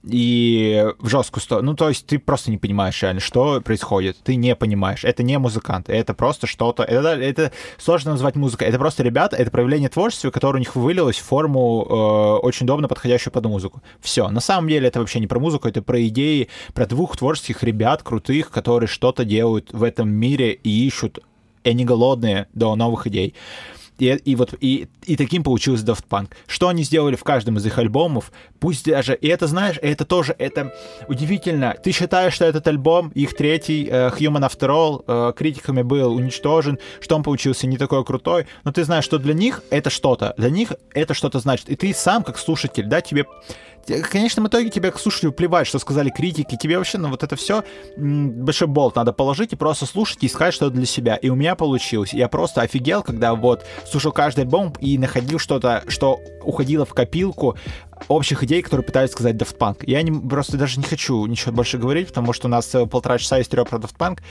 и в жесткую сторону. Ну, то есть ты просто не понимаешь реально, что происходит. Ты не понимаешь. Это не музыканты, это просто что-то... Это, это сложно назвать музыкой. Это просто ребята, это проявление творчества, которое у них вылилось в форму э, очень удобно подходящую под музыку. Все. На самом деле это вообще не про музыку, это про идеи, про двух творческих ребят крутых, которые что-то делают в этом мире и ищут, и они голодные до новых идей. И, и вот и, и таким получился Daft Punk. Что они сделали в каждом из их альбомов, пусть даже... И это, знаешь, это тоже, это удивительно. Ты считаешь, что этот альбом, их третий, uh, Human After All, uh, критиками был уничтожен, что он получился не такой крутой, но ты знаешь, что для них это что-то. Для них это что-то значит. И ты сам, как слушатель, да, тебе... В конечном итоге тебе, как слушателю, плевать, что сказали критики. Тебе вообще на вот это все большой болт надо положить и просто слушать и искать что-то для себя. И у меня получилось. Я просто офигел, когда вот слушал каждый альбом и находил что-то, что уходило в копилку общих идей, которые пытались сказать Daft Punk. Я не, просто даже не хочу ничего больше говорить, потому что у нас целых полтора часа история про Daft Punk.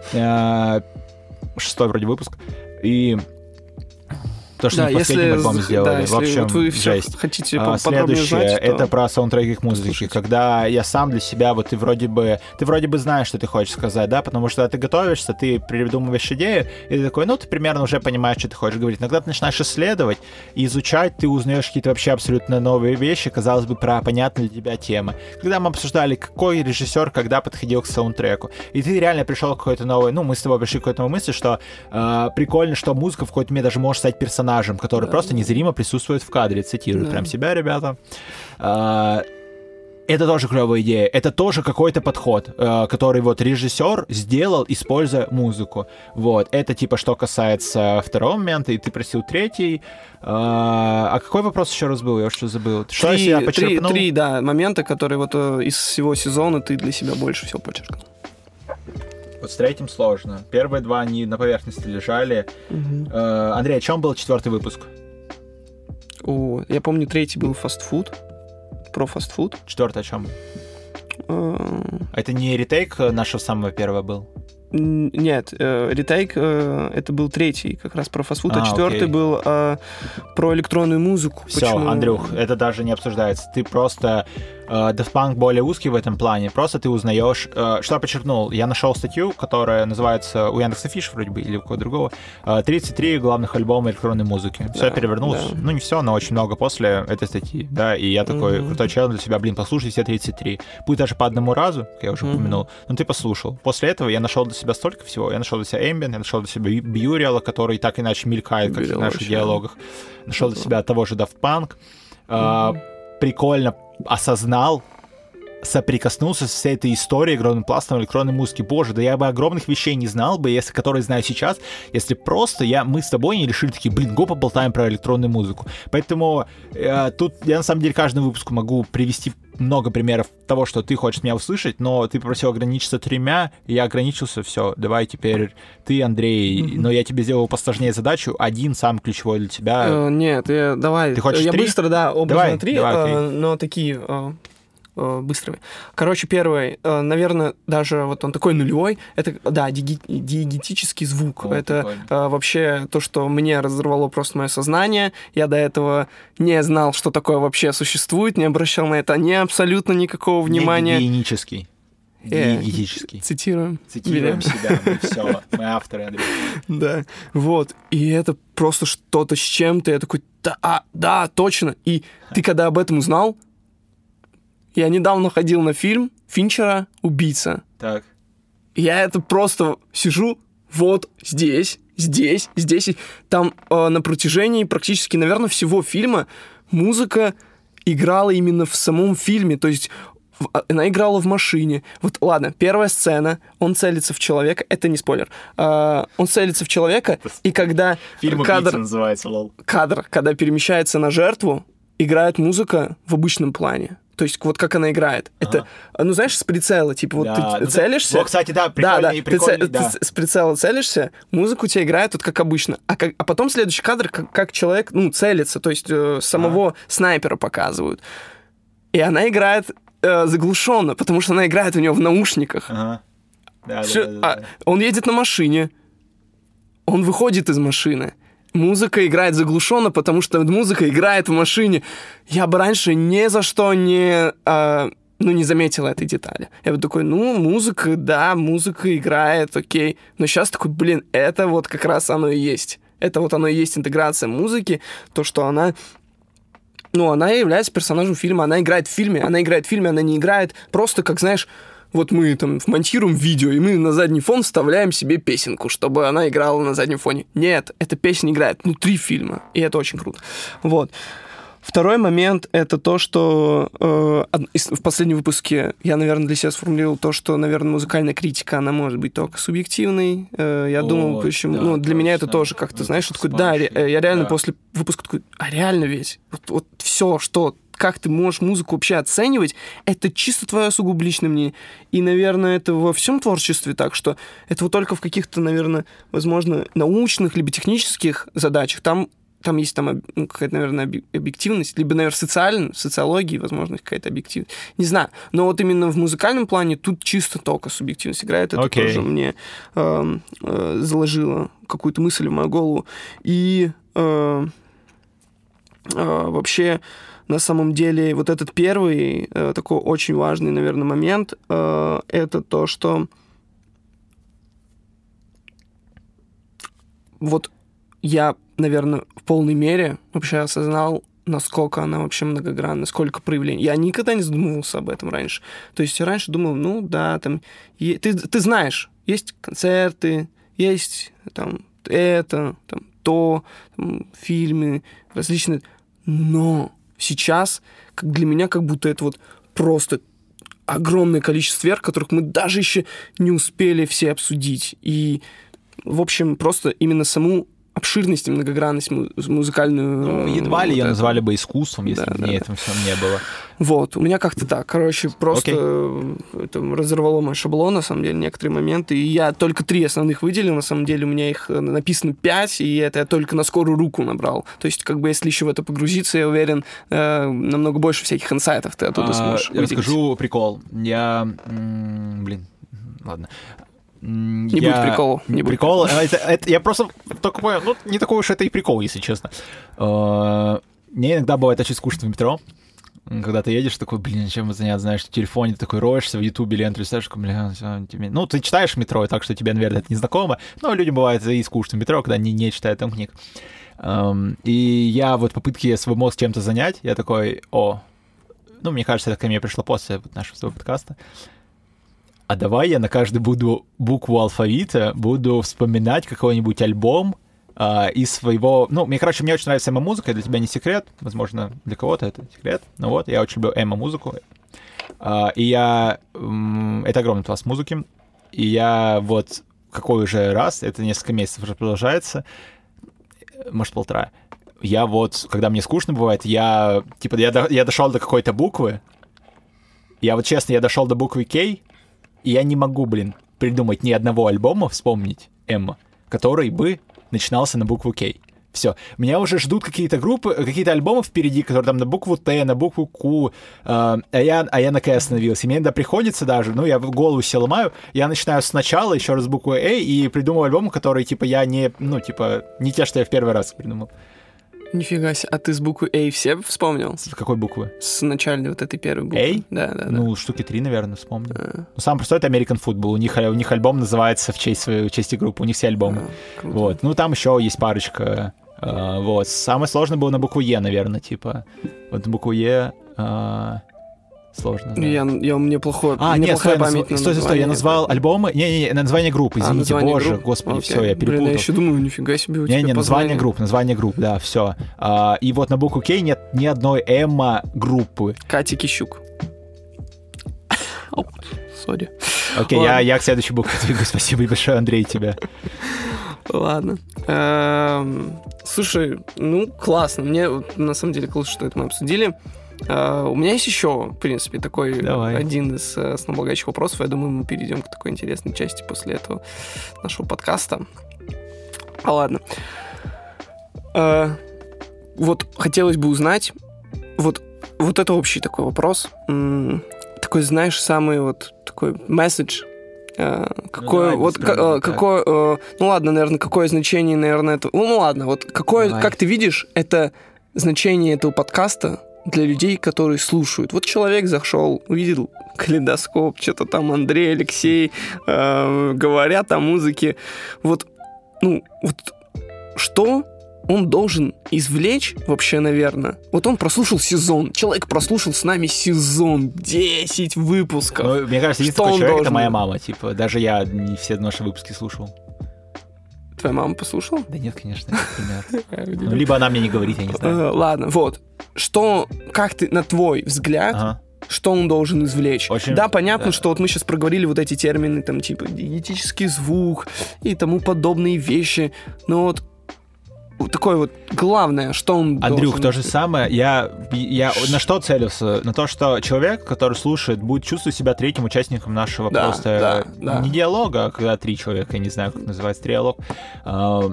Э, шестой вроде выпуск. И... То, что Да, мы в последнем если- альбоме сделали. да, если в общем, вот вы всё жесть. хотите А, поподробнее следующее, знать, то это про саундтреки к музыке. послушайте. Когда я сам для себя, вот ты вроде бы, ты вроде бы знаешь, что ты хочешь сказать, да, потому что ты готовишься, ты придумываешь идею, и ты такой, ну, ты примерно уже понимаешь, что ты хочешь говорить. Но когда ты начинаешь исследовать и изучать, ты узнаешь какие-то вообще абсолютно новые вещи, казалось бы, про понятные для тебя темы. Когда мы обсуждали, какой режиссер когда подходил к саундтреку, и ты реально пришел к какой-то новой, ну, мы с тобой пришли к какой-то новой мысли, что э, прикольно, что музыка в какой-то мере даже может стать персонажем, который Да. просто незримо присутствует в кадре. Цитирую Да. прям себя, ребята. А, это тоже клевая идея. Это тоже какой-то подход, э, который вот режиссер сделал, используя музыку. Вот. Это типа что касается второго момента, и ты просил третий. А, а какой вопрос еще раз был? Я что забыл. Что Три, я себя три, почерпнул? три, да, момента, которые вот э, из всего сезона ты для себя больше всего подчеркнул. Вот с третьим сложно. Первые два, они на поверхности лежали. Мгм. Э, Андрей, о чем был четвертый выпуск? О, я помню, третий был фастфуд. Про фастфуд. Четвертый о чем? Э, Это не ретейк нашего самого первого был? н- Нет, э, ретейк э, это был третий, как раз про фастфуд, а, А, четвертый окей. был э, про электронную музыку. Все, Почему- Андрюх, это даже не обсуждается. Ты просто... э, Daft Punk более узкий в этом плане. Просто ты узнаешь... э, что я подчеркнул? Я нашел статью, которая называется у Яндекс.Афиш вроде бы, или у кого-то другого. э, тридцать три главных альбома электронной музыки. Все Да, перевернулось. да. Ну, не все, но очень много после этой статьи. Да, и я такой Мгм. крутой человек для себя. Блин, послушай все тридцать три. Пусть даже по одному разу, как я уже Мгм. упомянул, но ты послушал. После этого я нашел для себя столько всего. Я нашел для себя Ambient, я нашел для себя Бьюриала, который так иначе мелькает, как в Burial наших вообще. диалогах. Нашел для Круто. себя того же Daft Punk. А, прикольно осознал, соприкоснулся с всей этой историей огромным пластом электронной музыки. Боже, да я бы огромных вещей не знал бы, если, которые знаю сейчас, если просто я, мы с тобой не решили такие, блин, го поболтаем про электронную музыку. Поэтому э, тут я на самом деле каждому выпуску могу привести много примеров того, что ты хочешь меня услышать, но ты попросил ограничиться тремя, и я ограничился, все, давай теперь ты, Андрей, mm-hmm. но я тебе сделал посложнее задачу, один самый ключевой для тебя. Uh, нет, я, давай. Ты хочешь я три? быстро, да, образно давай, три, давай, uh, но такие... Uh... быстрыми. Короче, первый, наверное, даже вот он такой нулевой, это, да, диги- диегетический звук. О, это а, вообще то, что мне разорвало просто мое сознание. Я до этого не знал, что такое вообще существует, не обращал на это ни абсолютно никакого внимания. Диегетический. Диегетический. Цитируем. Цитируем себя, мы все, мы авторы, Андрей. Да, вот. И это просто что-то с чем-то. Я такой, да, а, да, точно. И ты когда об этом узнал, я недавно ходил на фильм Финчера «Убийца». Так. Я это просто сижу вот здесь, здесь, здесь. Там э, на протяжении практически, наверное, всего фильма музыка играла именно в самом фильме. То есть в, она играла в машине. Вот, ладно, первая сцена, он целится в человека. Это не спойлер. Э, он целится в человека, и когда фильм кадр... «Убийца» называется, лол. Кадр, когда перемещается на жертву, играет музыка в обычном плане. То есть вот как она играет. Ага. Это, ну, знаешь, с прицела, типа, вот да. ты ну, целишься... Вот, кстати, да, прикольный, да, да. прикольный, ты, да. Ты с прицела целишься, музыка у тебя играет вот как обычно. А, как, а потом следующий кадр, как, как человек, ну, целится, то есть э, самого ага. снайпера показывают. И она играет э, заглушенно, потому что она играет у него в наушниках. Ага. Да, Все, да, да, да, а, да. Он едет на машине, он выходит из машины. Музыка играет заглушенно, потому что музыка играет в машине. Я бы раньше ни за что не, а, ну, не заметил этой детали. Я бы такой, ну, музыка, да, музыка играет, окей. Но сейчас такой, блин, это вот как раз оно и есть. Это вот оно и есть интеграция музыки, то, что она... Ну, она является персонажем фильма, она играет в фильме, она играет в фильме, она не играет просто, как, знаешь... Вот мы там монтируем видео, и мы на задний фон вставляем себе песенку, чтобы она играла на заднем фоне. Нет, эта песня играет внутри фильма, и это очень круто. Вот. Второй момент — это то, что э, в последнем выпуске я, наверное, для себя сформулировал то, что, наверное, музыкальная критика, она может быть только субъективной. Э, я О, думал, почему... Да, ну, для точно. Меня это тоже как-то, знаешь, такой, да, я реально да. после выпуска такой, а реально ведь? Вот, вот все, что... Как ты можешь музыку вообще оценивать, это чисто твое сугубо личное мнение. И, наверное, это во всем творчестве так, что это вот только в каких-то, наверное, возможно, научных либо технических задачах. Там, там есть там, ну, какая-то, наверное, объективность, либо, наверное, социальная, в социологии, возможно, какая-то объективность. Не знаю. Но вот именно в музыкальном плане тут чисто только субъективность играет. Это okay. тоже мне э, э, заложило какую-то мысль в мою голову. И э, э, вообще... На самом деле, вот этот первый, э, такой очень важный, наверное, момент, э, это то, что вот я, наверное, в полной мере вообще осознал, насколько она вообще многогранна, сколько проявлений. Я никогда не задумывался об этом раньше. То есть я раньше думал, ну да, там... Е- ты, ты знаешь, есть концерты, есть там это, там то, там, фильмы различные, но... Сейчас, как для меня, как будто это вот просто огромное количество сфер, которых мы даже еще не успели все обсудить. И, в общем, просто именно саму обширность и многогранность музыкальную... Ну, едва ли вот ее это. Назвали бы искусством, если да, бы да. мне этом всем не было. Вот, у меня как-то так. Короче, просто okay. это разорвало мой шаблон, на самом деле, некоторые моменты. И я только три основных выделил, на самом деле у меня их написано пять, и это я только на скорую руку набрал. То есть, как бы, если еще в это погрузиться, я уверен, намного больше всяких инсайтов ты оттуда сможешь а, выделить. Расскажу прикол. Я... М- блин, ладно. Не я... будет прикола. Не прикол. Будет. Это, это, я просто только понял, ну, не такой уж это и прикол, если честно. Мне иногда бывает очень скучно в метро, когда ты едешь, такой, блин, чем заняться, знаешь, в телефоне, ты такой роешься, в Ютубе ленту листаешь, такой, блин, тебе... Ну, ты читаешь метро, так что тебе, наверное, это не знакомо, но людям бывает и скучно в метро, когда они не читают там книг. И я вот в попытке свой мозг чем-то занять, я такой, о, ну, мне кажется, это ко мне пришло после нашего подкаста, а давай я на каждую буду букву алфавита буду вспоминать какой-нибудь альбом а, из своего... Ну, мне, короче, мне очень нравится эмо-музыка, для тебя не секрет, возможно, для кого-то это секрет, но вот, я очень люблю эмо-музыку, А, и я... м, Это огромный пласт музыки. И я вот какой уже раз, это несколько месяцев уже продолжается, может, полтора, я вот, когда мне скучно бывает, я, типа, я, до, я дошел до какой-то буквы, я вот честно, я дошел до буквы К, и я не могу, блин, придумать ни одного альбома, вспомнить, Эмма, который бы начинался на букву К. Все. Меня уже ждут какие-то группы, какие-то альбомы впереди, которые там на букву Т, на букву Q, э, а, я, а я на К остановился. И мне иногда приходится даже, ну, я в голову себе ломаю, я начинаю сначала, еще раз букву А, и придумываю альбомы, которые, типа, я не, ну, типа, не те, что я в первый раз придумал. Нифига себе. А ты с буквы А все вспомнил? С какой буквы? С начальной вот этой первой буквы. А? Да, да, да. Ну, штуки три, наверное, вспомнил. А. Ну, самый простой — это American Football. У них, у них альбом называется в честь своей в честь группы. У них все альбомы. А, круто. Вот. Ну, там еще есть парочка. Uh, вот. Самое сложное было на букву Е, наверное, типа. Вот на букву Е uh, сложно. Да. Я, я, у меня плохое, а, мне нет, плохая стой, память. Стой, стой, стой, я назвал альбомы... Не-не-не, название группы, извините, а, боже, групп? господи, Окей. все, я перепутал. Блин, я еще думаю, нифига себе у тебя Не-не, познание. название групп, название групп, да, все. Uh, и вот на букву К нет ни одной Эмма группы. Катя Кищук. Сори. Окей, я, я к следующей букве двигаю. Спасибо большое, Андрей, тебе. Ладно. Эм, Слушай, ну, классно. Мне вот, на самом деле классно, что это мы обсудили. Э, У меня есть еще, в принципе, такой Давай. один из э, основополагающих вопросов. Я думаю, мы перейдем к такой интересной части после этого нашего подкаста. А ладно. Э, Вот хотелось бы узнать, вот, вот это общий такой вопрос. М, Такой, знаешь, самый вот такой месседж. Э, Какое, давай, вот, без ка- проблем, э, какое, э, ну ладно, наверное, какое значение, наверное, это... Ну, ну ладно, вот какое, Давай. как ты видишь, это значение этого подкаста для людей, которые слушают. Вот человек зашел, увидел калейдоскоп, что-то там Андрей, Алексей э, говорят о музыке. Вот, ну, вот что он должен извлечь вообще, наверное? Вот он прослушал сезон. Человек прослушал с нами сезон. десять выпусков. Ну, мне кажется, единственный Что такой он человек — это должен? моя мама. Типа, даже я не все наши выпуски слушал. Твоя мама послушала? Да нет, конечно, например. Ну, либо она мне не говорит, я не знаю. Э, Ладно, вот. Что, как ты, на твой взгляд, Ага. что он должен извлечь? Очень- да, понятно, да. что вот мы сейчас проговорили вот эти термины, там, типа, диетический звук и тому подобные вещи, но вот вот такое вот главное, что он Андрюх, должен... то же самое. Я, я на что целился? На то, что человек, который слушает, будет чувствовать себя третьим участником нашего Да, просто да, да. не диалога, а когда три человека, я не знаю, как называется диалог. А,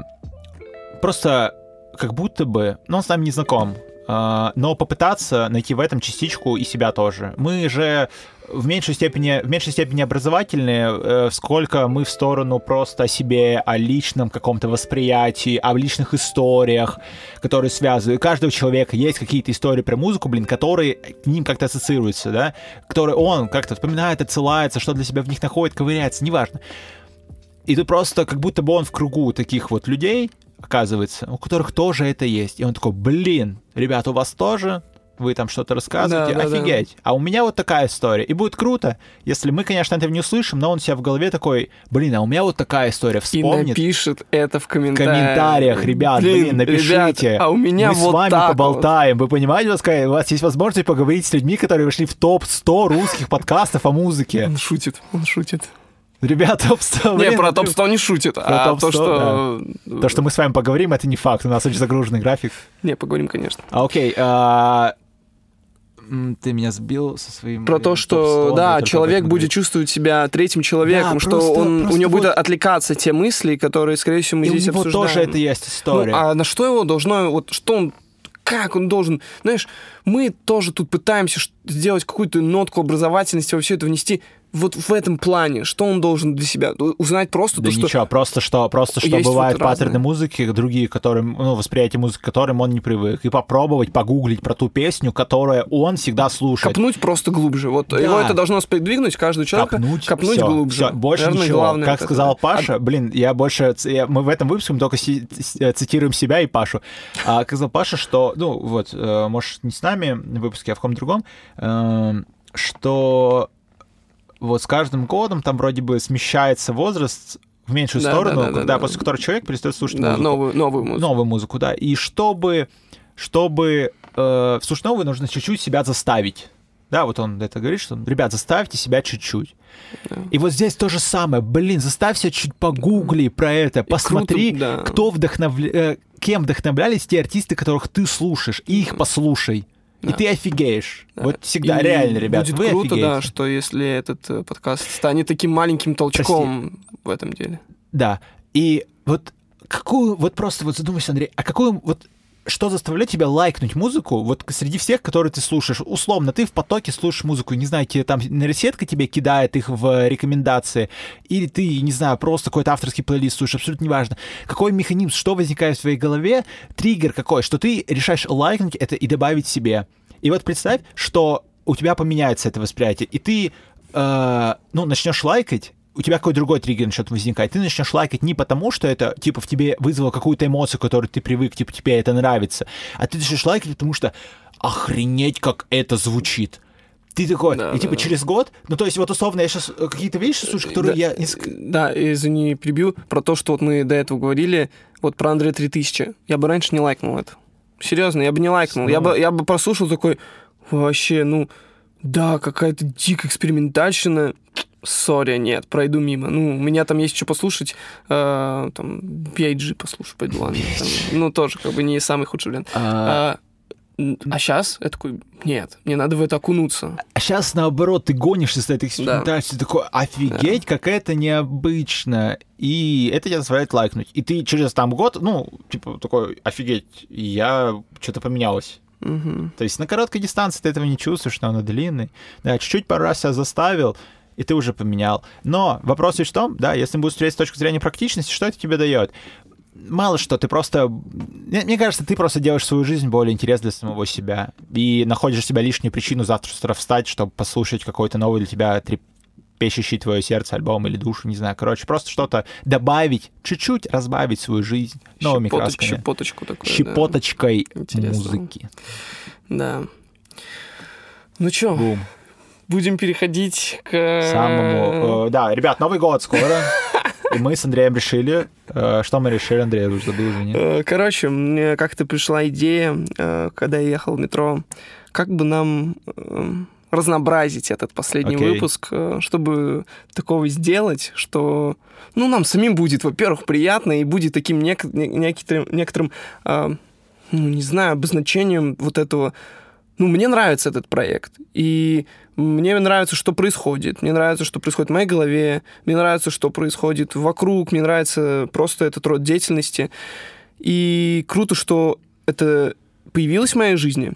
просто как будто бы, ну, он с нами не знаком, а, но попытаться найти в этом частичку и себя тоже. Мы же в меньшей степени, в меньшей степени образовательные, э, сколько мы в сторону просто о себе, о личном каком-то восприятии, о личных историях, которые связывают. У каждого человека есть какие-то истории про музыку, блин, которые к ним как-то ассоциируются, да, которые он как-то вспоминает, отсылается, что для себя в них находит, ковыряется, неважно. И тут просто как будто бы он в кругу таких вот людей, оказывается, у которых тоже это есть. И он такой, блин, ребята, у вас тоже... Вы там что-то рассказываете, Да, да, офигеть. Да. А у меня вот такая история. И будет круто, если мы, конечно, этого не услышим, но он себя в голове такой, блин, а у меня вот такая история, вспомнит. И напишет это в В комментариях. комментариях, ребят, блин, блин напишите. Ребят, а у меня мы вот с вами так поболтаем. Вот. Вы понимаете, у вас есть возможность поговорить с людьми, которые вошли в топ сто русских подкастов о музыке. Он шутит, он шутит. Ребята, топ сто. Не, блин, про это- топ сто не шутит, Про а топ то, сто, что... То, что мы с вами поговорим, это не факт. У нас очень загруженный график. Не, поговорим, конечно. А, окей. а, м, Ты меня сбил со своим... Про то, топ что, сто, да, про то, человек как мы будет говорим. чувствовать себя третьим человеком, Да, что просто- он, у просто него вот- будут отвлекаться те мысли, которые, скорее всего, мы И у здесь него обсуждаем. тоже это есть история. Ну, а на что его должно, вот что он, как он должен, знаешь, мы тоже тут пытаемся ш- сделать какую-то нотку образовательности, во все это внести. Вот в этом плане, что он должен для себя узнать просто Да то, что... ничего, просто что, просто что Есть бывают вот паттерны разные. музыки, другие, которым, ну, восприятие музыки, к которым он не привык. И попробовать погуглить про ту песню, которую он всегда слушает. Копнуть просто глубже. Вот Да. его это должно сподвигнуть, каждого человека, Копнуть, копнуть всё, глубже. всё, больше Наверное, ничего. главное Как вот сказал это. Паша, блин, я больше... ц- я- мы в этом выпуске мы только си- ц- цитируем себя и Пашу. А, как сказал Паша, что, ну, вот, э, может, не с нами в выпуске, а в каком-то другом, э, что вот с каждым годом там вроде бы смещается возраст в меньшую Да, сторону, да, да, когда да, после да. которого человек перестает слушать Да, музыку. новую, новую музыку. Новую музыку, да. И чтобы, чтобы э, слушать новую, нужно чуть-чуть себя заставить. Да, вот он это говорит, что, ребят, заставьте себя чуть-чуть. Да. И вот здесь то же самое. Блин, заставь себя чуть погугли про это, посмотри, круто, да. кто вдохновля... кем вдохновлялись те артисты, которых ты слушаешь, и их послушай. Да. И ты офигеешь. Да. Вот всегда, и реально, ребят, будет вы круто, офигеете. Да, что если этот подкаст станет таким маленьким толчком Прости. в этом деле. Да, и вот какую, вот просто вот задумайся, Андрей, а какую вот... Что заставляет тебя лайкнуть музыку вот среди всех, которые ты слушаешь? Условно, ты в потоке слушаешь музыку, не знаю, тебе там нейросетка тебе кидает их в рекомендации, или ты, не знаю, просто какой-то авторский плейлист слушаешь, абсолютно неважно. Какой механизм, что возникает в твоей голове, триггер какой, что ты решаешь лайкнуть это и добавить себе. И вот представь, что у тебя поменяется это восприятие, и ты, э, ну, начнешь лайкать, у тебя какой-то другой триггер начнет возникать. Ты начнешь лайкать не потому, что это, типа, в тебе вызвало какую-то эмоцию, которую ты привык, типа, тебе это нравится, а ты начнешь лайкать, потому что охренеть, как это звучит. Ты такой, да, и, типа, да, через да. год, ну, то есть, вот, условно, я сейчас какие-то вещи слушаю, которые да, я... Да, извини, перебью, про то, что вот мы до этого говорили, вот про Андрея три тысячи. Я бы раньше не лайкнул это. Серьезно, я бы не лайкнул. Я бы, я бы прослушал такой, вообще, ну, да, какая-то дикая экспериментальщина. Сори, нет, пройду мимо. Ну, у меня там есть что послушать. Э, там, би ай джи послушаю, пойду, ладно. Там, ну, тоже, как бы, не самый худший вариант. А, а сейчас я такой, нет, мне надо в это окунуться. А сейчас, наоборот, ты гонишься с этой экспериментацией, да. Такой, офигеть, да. как это необычно. И это тебя заставляет лайкнуть. И ты через там год, ну, типа, такой, офигеть, я что-то поменялось. Угу. То есть на короткой дистанции ты этого не чувствуешь, но на длинной. Да, чуть-чуть пару раз себя заставил, и ты уже поменял. Но вопрос лишь в том, да, если мы будем смотреть с точки зрения практичности, что это тебе дает? Мало что, ты просто... Мне кажется, ты просто делаешь свою жизнь более интересной для самого себя и находишь себя лишнюю причину завтра с утра встать, чтобы послушать какой-то новый для тебя трепещущий твое сердце альбом или душу, не знаю. Короче, просто что-то добавить, чуть-чуть разбавить свою жизнь новыми Щепоточ, красками. Щепоточку такую, Щепоточкой да. музыки. Да. Ну чё? Бум. Будем переходить к... Самому... Э, да, ребят, Новый год скоро. И мы с Андреем решили... Э, что мы решили, Андрей, я уже забыл, извини. Короче, мне как-то пришла идея, э, когда я ехал в метро, как бы нам э, разнообразить этот последний okay. выпуск, э, чтобы такого сделать, что... Ну, нам самим будет, во-первых, приятно, и будет таким нек- некоторым, некоторым э, ну, не знаю, обозначением вот этого... Ну, мне нравится этот проект, и мне нравится, что происходит, мне нравится, что происходит в моей голове, мне нравится, что происходит вокруг, мне нравится просто этот род деятельности, и круто, что это появилось в моей жизни,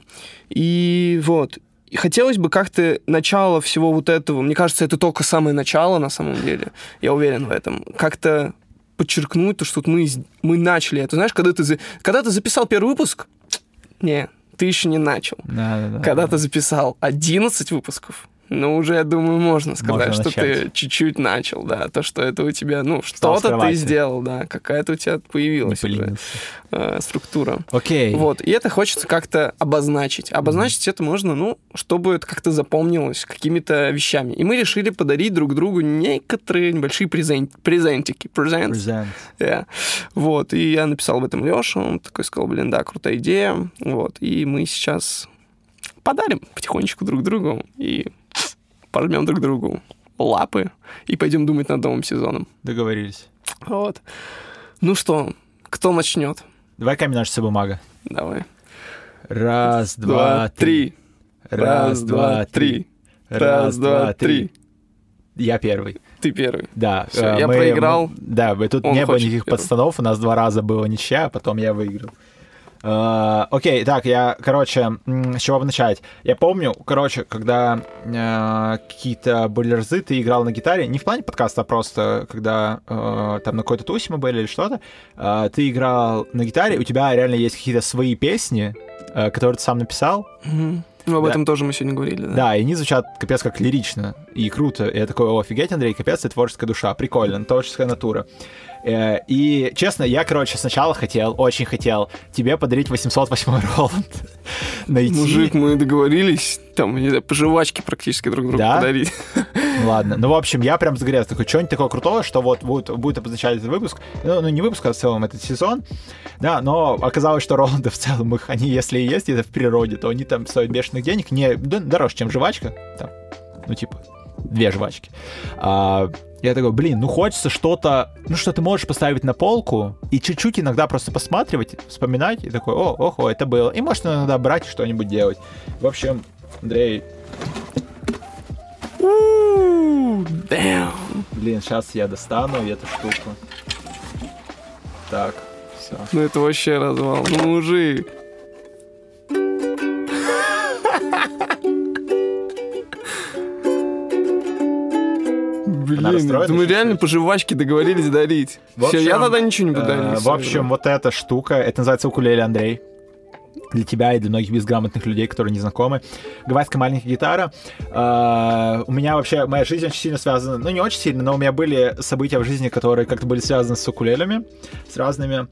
и вот, и хотелось бы как-то начало всего вот этого, мне кажется, это только самое начало на самом деле, я уверен в этом, как-то подчеркнуть то, что мы, мы начали это, знаешь, когда ты, когда ты записал первый выпуск, не, ты еще не начал. Да, да, да, Когда да. ты записал одиннадцать выпусков, ну, уже, я думаю, можно сказать, можно что начать. ты чуть-чуть начал, да. То, что это у тебя, ну, что-то ты сделал, да. Какая-то у тебя появилась уже э, структура. Окей. Вот, и это хочется как-то обозначить. Обозначить mm-hmm. это можно, ну, чтобы это как-то запомнилось какими-то вещами. И мы решили подарить друг другу некоторые небольшие презент, презентики. Презент. Презент. Yeah. Вот, и я написал об этом Лёше, он такой сказал, блин, да, крутая идея. Вот, и мы сейчас подарим потихонечку друг другу и пожмем друг другу лапы и пойдем думать над новым сезоном. Договорились. Вот. Ну что, кто начнет? Давай камень, ножницы, бумага. Давай. Раз, два, три. Раз, два, три. Раз, два, три. Я первый. Ты первый. Да. Всё, я проиграл. Мы, да, тут Он не было никаких первый. подстанов, у нас два раза было ничья, а потом я выиграл. Uh, окей, так, я, короче, с чего бы начать? Я помню, короче, когда uh, какие-то были разы, ты играл на гитаре, не в плане подкаста, а просто когда uh, там на какой-то тусе мы были или что-то, uh, ты играл на гитаре, у тебя реально есть какие-то свои песни, uh, которые ты сам написал. Mm-hmm. Ну, об да. этом тоже мы сегодня говорили, да? Да, и они звучат капец как лирично и круто. И я такой, о, офигеть, Андрей, капец, ты творческая душа, прикольно, творческая натура. И, честно, я, короче, сначала хотел, очень хотел тебе подарить восемьсот восьмой Роланд. Найти... Мужик, мы договорились, там, не знаю, по жвачке практически друг другу да? подарить. Ладно. Ну, в общем, я прям загорелся. Такой, что-нибудь такое крутое, что вот будет, будет обозначать этот выпуск. Ну, ну, не выпуск, а в целом этот сезон. Да, но оказалось, что Роланды в целом их, они, если и есть где-то в природе, то они там стоят бешеных денег, не дороже, чем жвачка. Там, ну, типа, две жвачки. А, я такой, блин, ну хочется что-то, ну что ты можешь поставить на полку и чуть-чуть иногда просто посматривать, вспоминать, и такой, о, охо, это было. И может иногда брать и что-нибудь делать. В общем, Андрей... Damn. Блин, сейчас я достану эту штуку. Так, все. Ну это вообще развал. Ну, мужик. Блин, это мы реально по жвачке договорились дарить. Все, я тогда ничего не буду дарить. В общем, вот эта штука, это называется укулеле, Андрей. Для тебя и для многих безграмотных людей, которые не знакомы. Гавайская маленькая гитара. Uh, у меня вообще, моя жизнь очень сильно связана, ну не очень сильно, но у меня были события в жизни, которые как-то были связаны с укулелями, с разными.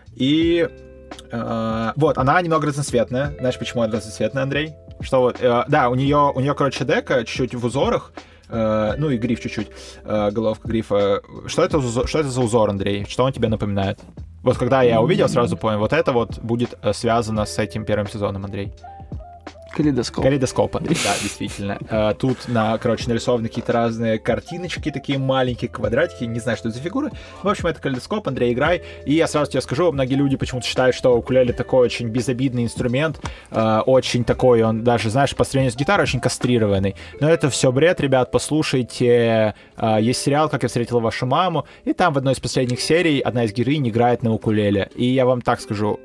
И uh, вот, она немного разноцветная. Знаешь, почему она разноцветная, Андрей? Что вот, uh, да, у нее, у нее, короче, дека чуть-чуть в узорах, uh, ну и гриф чуть-чуть, uh, головка грифа. Что это, что это за узор, Андрей? Что он тебе напоминает? Вот когда я увидел, сразу понял, вот это вот будет связано с этим первым сезоном, Андрей. Калейдоскоп. Калейдоскоп, Андрей, да, действительно. Тут, на, короче, нарисованы какие-то разные картиночки, такие маленькие квадратики, не знаю, что это за фигуры. В общем, это калейдоскоп, Андрей, играй. И я сразу тебе скажу, многие люди почему-то считают, что укулеле такой очень безобидный инструмент, очень такой, он даже, знаешь, по сравнению с гитарой очень кастрированный. Но это все бред, ребят, послушайте. Есть сериал «Как я встретил вашу маму», и там в одной из последних серий одна из героинь играет на укулеле. И я вам так скажу,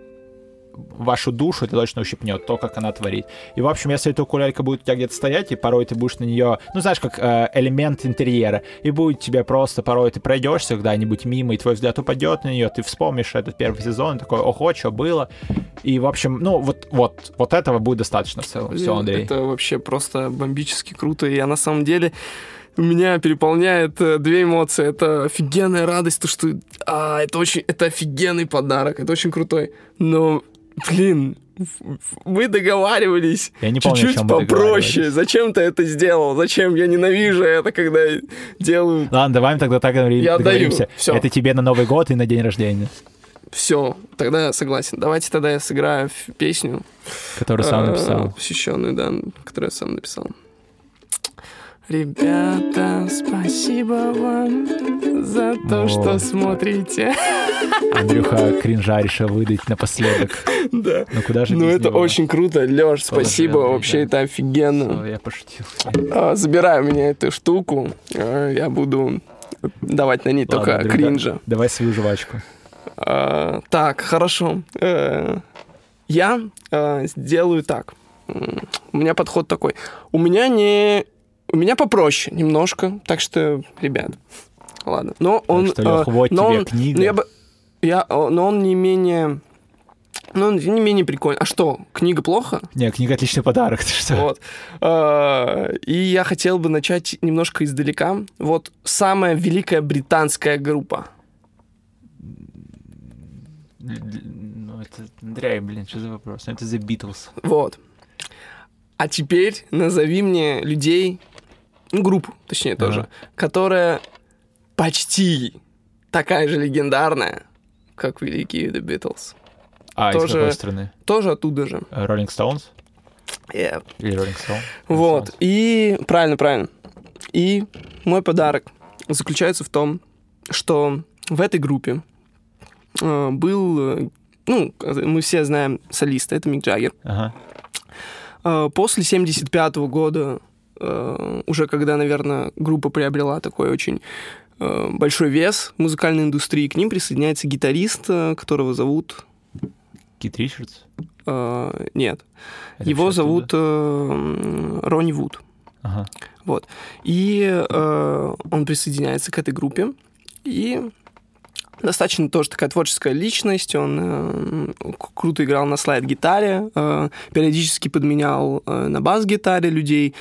вашу душу это точно ущипнет, то, как она творит. И, в общем, если эта укулелька будет у тебя где-то стоять, и порой ты будешь на нее, ну, знаешь, как э, элемент интерьера, и будет тебе просто, порой ты пройдешься когда-нибудь мимо, и твой взгляд упадет на нее, ты вспомнишь этот первый сезон, и такой, ого, что было. И, в общем, ну, вот, вот, вот этого будет достаточно в целом. Все, Андрей. Это вообще просто бомбически круто, и я на самом деле... Меня переполняет э, две эмоции. Это офигенная радость, то, что а, это очень, это офигенный подарок, это очень крутой. Но, блин, мы договаривались я не помню, чуть-чуть попроще. Зачем ты это сделал? Зачем? Я ненавижу это, когда делаю... Ладно, давай мы тогда так я договоримся. Все. Это тебе на Новый год и на день рождения. Все, тогда я согласен. Давайте тогда я сыграю песню. Которую сам написал. Посвященную, да, которую я сам написал. Ребята, спасибо вам за то, О. что смотрите. Андрюха кринжа решил выдать напоследок. Да. Ну куда же Ну без это него? очень круто, Лёш, спасибо, Андрей, вообще да. это офигенно. Всё, я пошутил. А, забирай у меня эту штуку, а, я буду давать на ней Ладно, только Андрюха, кринжа. Давай свою жвачку. А, так, хорошо. Э, Я э, сделаю так. М, У меня подход такой. У меня не... У меня попроще немножко, так что, ребят, ладно. Но он... что, Лёх, э, вот но тебе он- книга. ну, я бы... Я, э, но он не менее... Ну, он не менее прикольный. А что, книга плохо? Не, книга отличный подарок, ты что? Вот. Э, И я хотел бы начать немножко издалека. Вот самая великая британская группа. Ну, это, Андрей, блин, что за вопрос? Ну, это The Beatles. Вот. А теперь назови мне людей, ну, группу, точнее, Ага. тоже, которая почти такая же легендарная, как великие The Beatles. А, Тоже- из какой страны? Тоже оттуда же. Э, Rolling Stones? Yeah. Или Rolling Stone? Вот. Stones. И правильно, правильно. И мой подарок заключается в том, что в этой группе э, был, э, ну, мы все знаем солиста, это Мик Джаггер. Ага. Э, После семьдесят пятого года, э, уже когда, наверное, группа приобрела такой очень э, большой вес в музыкальной индустрии, к ним присоединяется гитарист, э, которого зовут... Кит Ричардс? э, Нет. Это Его вообще зовут оттуда? э, Ронни Вуд. Ага. Вот. И э, он присоединяется к этой группе. И достаточно тоже такая творческая личность. Он э, к- круто играл на слайд-гитаре, э, периодически подменял э, на бас-гитаре людей,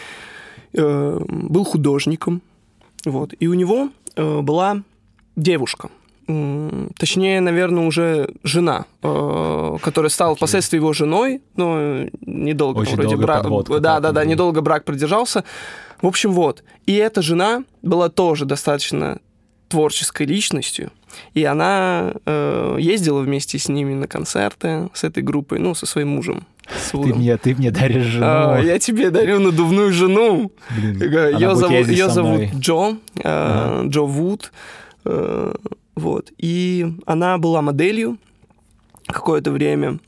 э, был художником. Вот. И у него э, была девушка. точнее, наверное, уже жена, э, которая стала впоследствии его женой, но недолго Очень вроде долго брак. подводка, Да, так, да, да, Андрей. недолго брак продержался. В общем, вот. И эта жена была тоже достаточно творческой личностью, и она э, ездила вместе с ними на концерты, с этой группой, ну, со своим мужем. С Ты Вудом. мне, ты мне даришь жену. А, я тебе дарю надувную жену. Блин, Ее она будет зовут, ездить ее со зовут мной. Джо, э, Ага. Джо Вуд. Э, вот. И она была моделью какое-то время,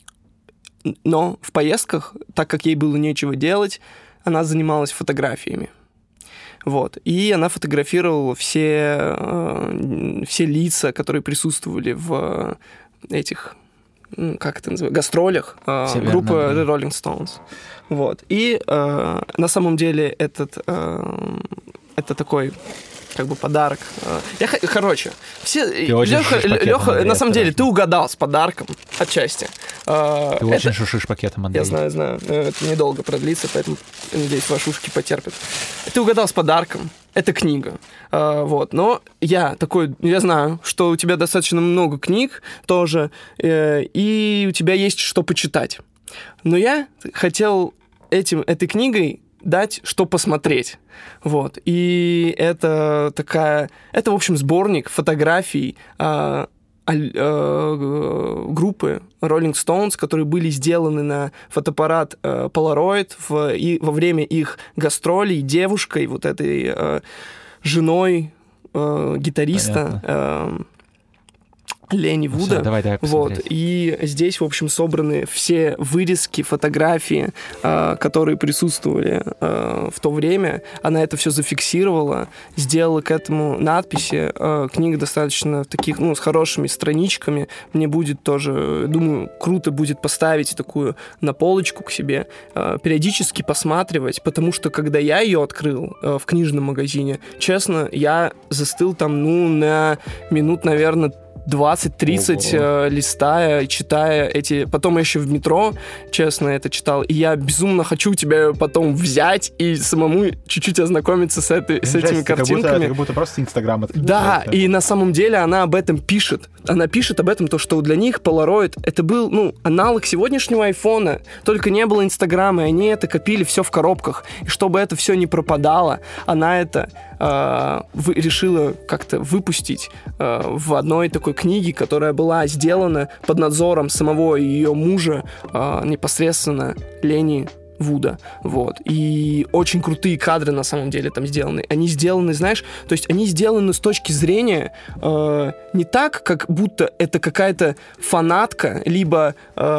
но в поездках, так как ей было нечего делать, она занималась фотографиями. Вот. И она фотографировала все, э, все лица, которые присутствовали в этих, ну, как это называется, гастролях э, Все верно, группы да. The Rolling Stones. Вот. И э, на самом деле этот, э, это такой как бы подарок. Э, Я, х- короче, все... Ты очень Лёха, шишь пакетом, Лёха, Андрей, на самом деле, осторожно. ты угадал с подарком отчасти. Э, Ты это- очень шушишь пакетом, Андрей. Я знаю, знаю. Но это недолго продлится, поэтому, я надеюсь, ваши ушки потерпят. Ты угадал с подарком. Это книга. А, вот. Но я такой, я знаю, что у тебя достаточно много книг тоже, э, и у тебя есть что почитать. Но я хотел этим, этой книгой дать, что посмотреть. Вот. И это такая... Это, в общем, сборник фотографий а, аль- э, группы Rolling Stones, которые были сделаны на фотоаппарат э, Polaroid в, и, во время их гастролей девушкой, вот этой э, женой э, гитариста э, Лени Ну Вуда. всё, давай, давай Вот. посмотреть. И здесь, в общем, собраны все вырезки, фотографии, э, которые присутствовали э, в то время. Она это все зафиксировала, сделала к этому надписи. Э, книга достаточно в таких, ну, с хорошими страничками. Мне будет тоже, думаю, круто будет поставить такую на полочку к себе, э, периодически посматривать, потому что, когда я ее открыл э, в книжном магазине, честно, я застыл там, ну, на минут, наверное, двадцать-тридцать, Ого. э, листая, читая эти... Потом я еще в метро, честно, это читал. И я безумно хочу тебя потом взять и самому чуть-чуть ознакомиться с, этой, с Жесть, этими ты как будто- картинками. ты как будто просто Инстаграм открыл. Да, просто. и на самом деле она об этом пишет. Она пишет об этом, то, что для них Polaroid это был, ну, аналог сегодняшнего айфона, только не было Инстаграма, и они это копили все в коробках. И чтобы это все не пропадало, она это э, вы- решила как-то выпустить э, в одной такой книге, которая была сделана под надзором самого ее мужа, э, непосредственно Лени Вуда, вот, и очень крутые кадры на самом деле там сделаны, они сделаны, знаешь, то есть они сделаны с точки зрения э, не так, как будто это какая-то фанатка, либо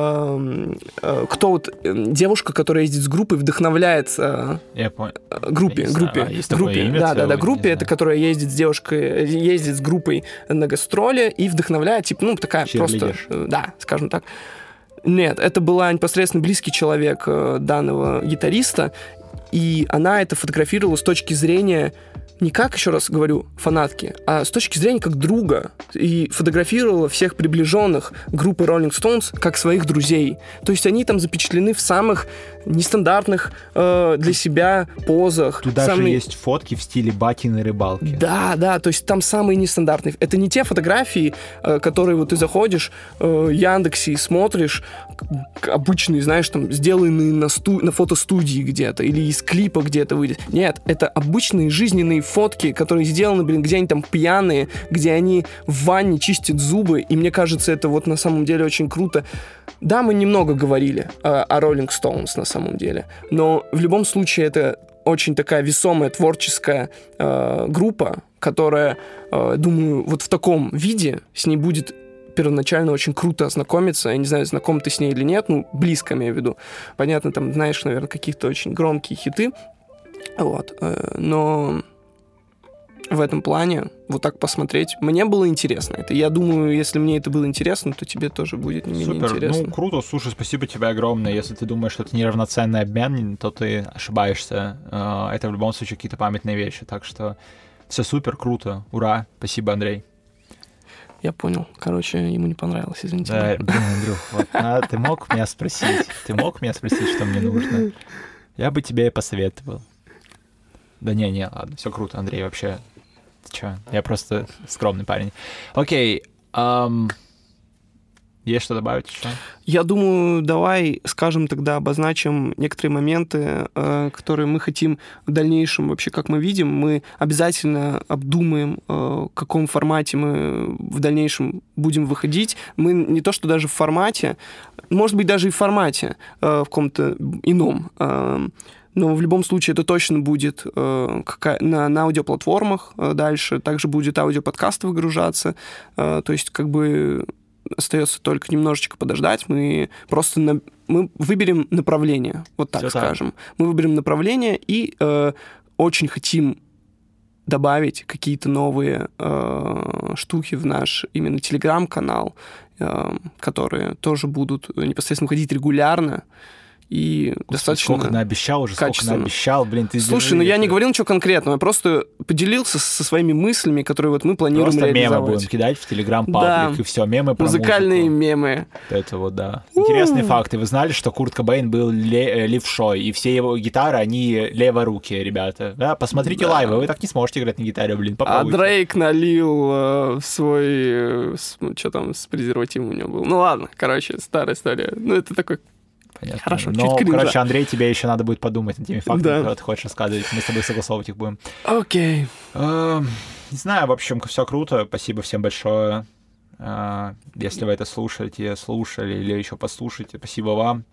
э, э, кто вот, э, девушка, которая ездит с группой, вдохновляет э, Я понял. группе, Я не знаю, группе, а есть такое группе, имя да, да, целое? да, Не группе, это знаю. которая ездит с девушкой, ездит с группой на гастроле и вдохновляет, типа, ну, такая просто, Чирлидерш. э, да, скажем так. Нет, это была непосредственно близкий человек э, данного гитариста, и она это фотографировала с точки зрения не как, еще раз говорю, фанатки, а с точки зрения как друга. И фотографировала всех приближенных группы Rolling Stones как своих друзей. То есть они там запечатлены в самых нестандартных э, для себя позах. Тут даже Самые- есть фотки в стиле Бакиной рыбалки. Да, да, то есть там самые нестандартные. Это не те фотографии, э, которые вот ты заходишь э, в Яндексе и смотришь, к- обычные, знаешь, там, сделанные на, сту- на фотостудии где-то или из клипа где-то выйдет. Нет, это обычные жизненные фотки, которые сделаны, блин, где они там пьяные, где они в ванне чистят зубы, и мне кажется, это вот на самом деле очень круто. Да, мы немного говорили э, о Rolling Stones на самом деле, но в любом случае это очень такая весомая творческая э, группа, которая, э, думаю, вот в таком виде с ней будет первоначально очень круто ознакомиться. Я не знаю, знаком ты с ней или нет, ну, близко имею в виду. Понятно, там, знаешь, наверное, каких-то очень громкие хиты, вот, э, но в этом плане вот так посмотреть, мне было интересно это. Я думаю, если мне это было интересно, то тебе тоже будет не менее Супер, интересно. ну круто, слушай, спасибо тебе огромное. Если ты думаешь, что это неравноценный обмен, то ты ошибаешься. Э, Это в любом случае какие-то памятные вещи. Так что все супер, круто, ура, спасибо, Андрей. Я понял. Короче, ему не понравилось, извините. Да, блин, Андрюх, вот, а, ты мог меня спросить? Ты мог меня спросить, что мне нужно? Я бы тебе и посоветовал. Да не, не, ладно, все круто, Андрей, вообще Чё? Я просто скромный парень. Окей. Um, есть что добавить еще? Я думаю, давай скажем тогда, обозначим некоторые моменты, э, которые мы хотим в дальнейшем вообще, как мы видим. Мы обязательно обдумаем, э, в каком формате мы в дальнейшем будем выходить. Мы не то, что даже в формате, может быть, даже и в формате э, в каком-то ином. Э, но в любом случае это точно будет э, какая, на, на аудиоплатформах э, дальше. Также будет аудиоподкаст выгружаться. Э, то есть как бы... Остается только немножечко подождать. Мы просто на... мы выберем направление, вот так Всё скажем. Так. Мы выберем направление и э, очень хотим добавить какие-то новые э, штуки в наш именно телеграм-канал, э, которые тоже будут непосредственно ходить регулярно. И Господи, достаточно сколько наобещал уже, сколько наобещал, блин, ты Слушай, ну я не говорил ничего конкретного, я просто поделился со своими мыслями, которые вот мы планируем просто реализовать. Просто мемы будем кидать в телеграм-паблик, да. и все, мемы про музыкальные музыку. мемы. Это вот, да. Интересные У-у-у. факты. Вы знали, что Курт Кобейн был ле- левшой, и все его гитары, они леворукие, ребята. Да, посмотрите да. лайвы, вы так не сможете играть на гитаре, блин, попробуйте. А Дрейк налил э, в свой... Э, с, ну, что там с презервативом у него был? Ну ладно, короче, старая история. Ну это такой... Понятно. Хорошо, но, чуть кринжа. короче, Андрей, тебе еще надо будет подумать над теми фактами, да. которые ты хочешь рассказывать. Мы с тобой согласовывать их будем. Окей. Okay. Uh, не знаю, в общем, все круто. Спасибо всем большое. Uh, если вы это слушаете, слушали или еще послушаете, спасибо вам.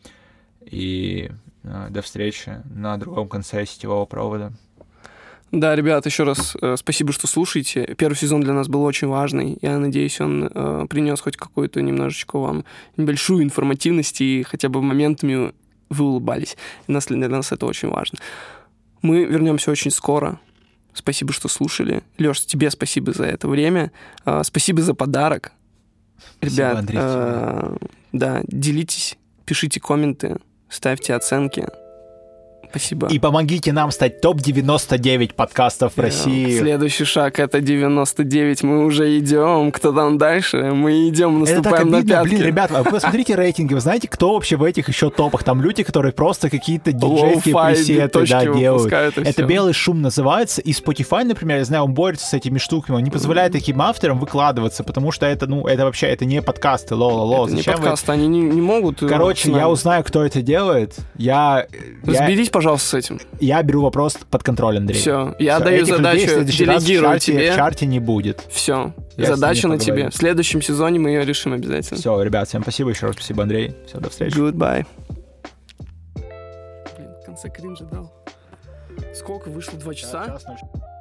И uh, до встречи на другом конце сетевого провода. Да, ребят, еще раз э, спасибо, что слушаете. Первый сезон для нас был очень важный. Я надеюсь, он э, принес хоть какую-то немножечко вам небольшую информативность, и хотя бы моментами вы улыбались. И нас, для нас это очень важно. Мы вернемся очень скоро. Спасибо, что слушали. Лёш, тебе спасибо за это время. Э, спасибо за подарок. Спасибо, Ребят, Андрей, э, да, делитесь, пишите комменты, ставьте оценки. Спасибо. И помогите нам стать топ девяносто девять подкастов в России. Следующий шаг — это девяносто девять. Мы уже идем. Кто там дальше? Мы идем, наступаем на пятки. Блин, ребят, вы посмотрите рейтинги. Вы знаете, кто вообще в этих еще топах? Там люди, которые просто какие-то диджейские пресеты да, делают. Это все. «Белый шум» называется. И Spotify, например, я знаю, он борется с этими штуками. Он не позволяет таким авторам выкладываться, потому что это, ну, это вообще, это не подкасты. Ло-ло-ло. Это не подкасты, вы... они не, не могут... Короче, я узнаю, кто это делает. Я... Разберись, я... пожалуйста, с этим. Я беру вопрос под контроль, Андрей. Все, я Всё, даю задачу, делегирую тебе. В чарте не будет. Все, задача на тебе. В следующем сезоне мы ее решим обязательно. Все, ребят, всем спасибо еще раз. Спасибо, Андрей. Все, до встречи. Goodbye. Блин, в конце кринжа дал. Сколько вышло? Два часа? Час, час,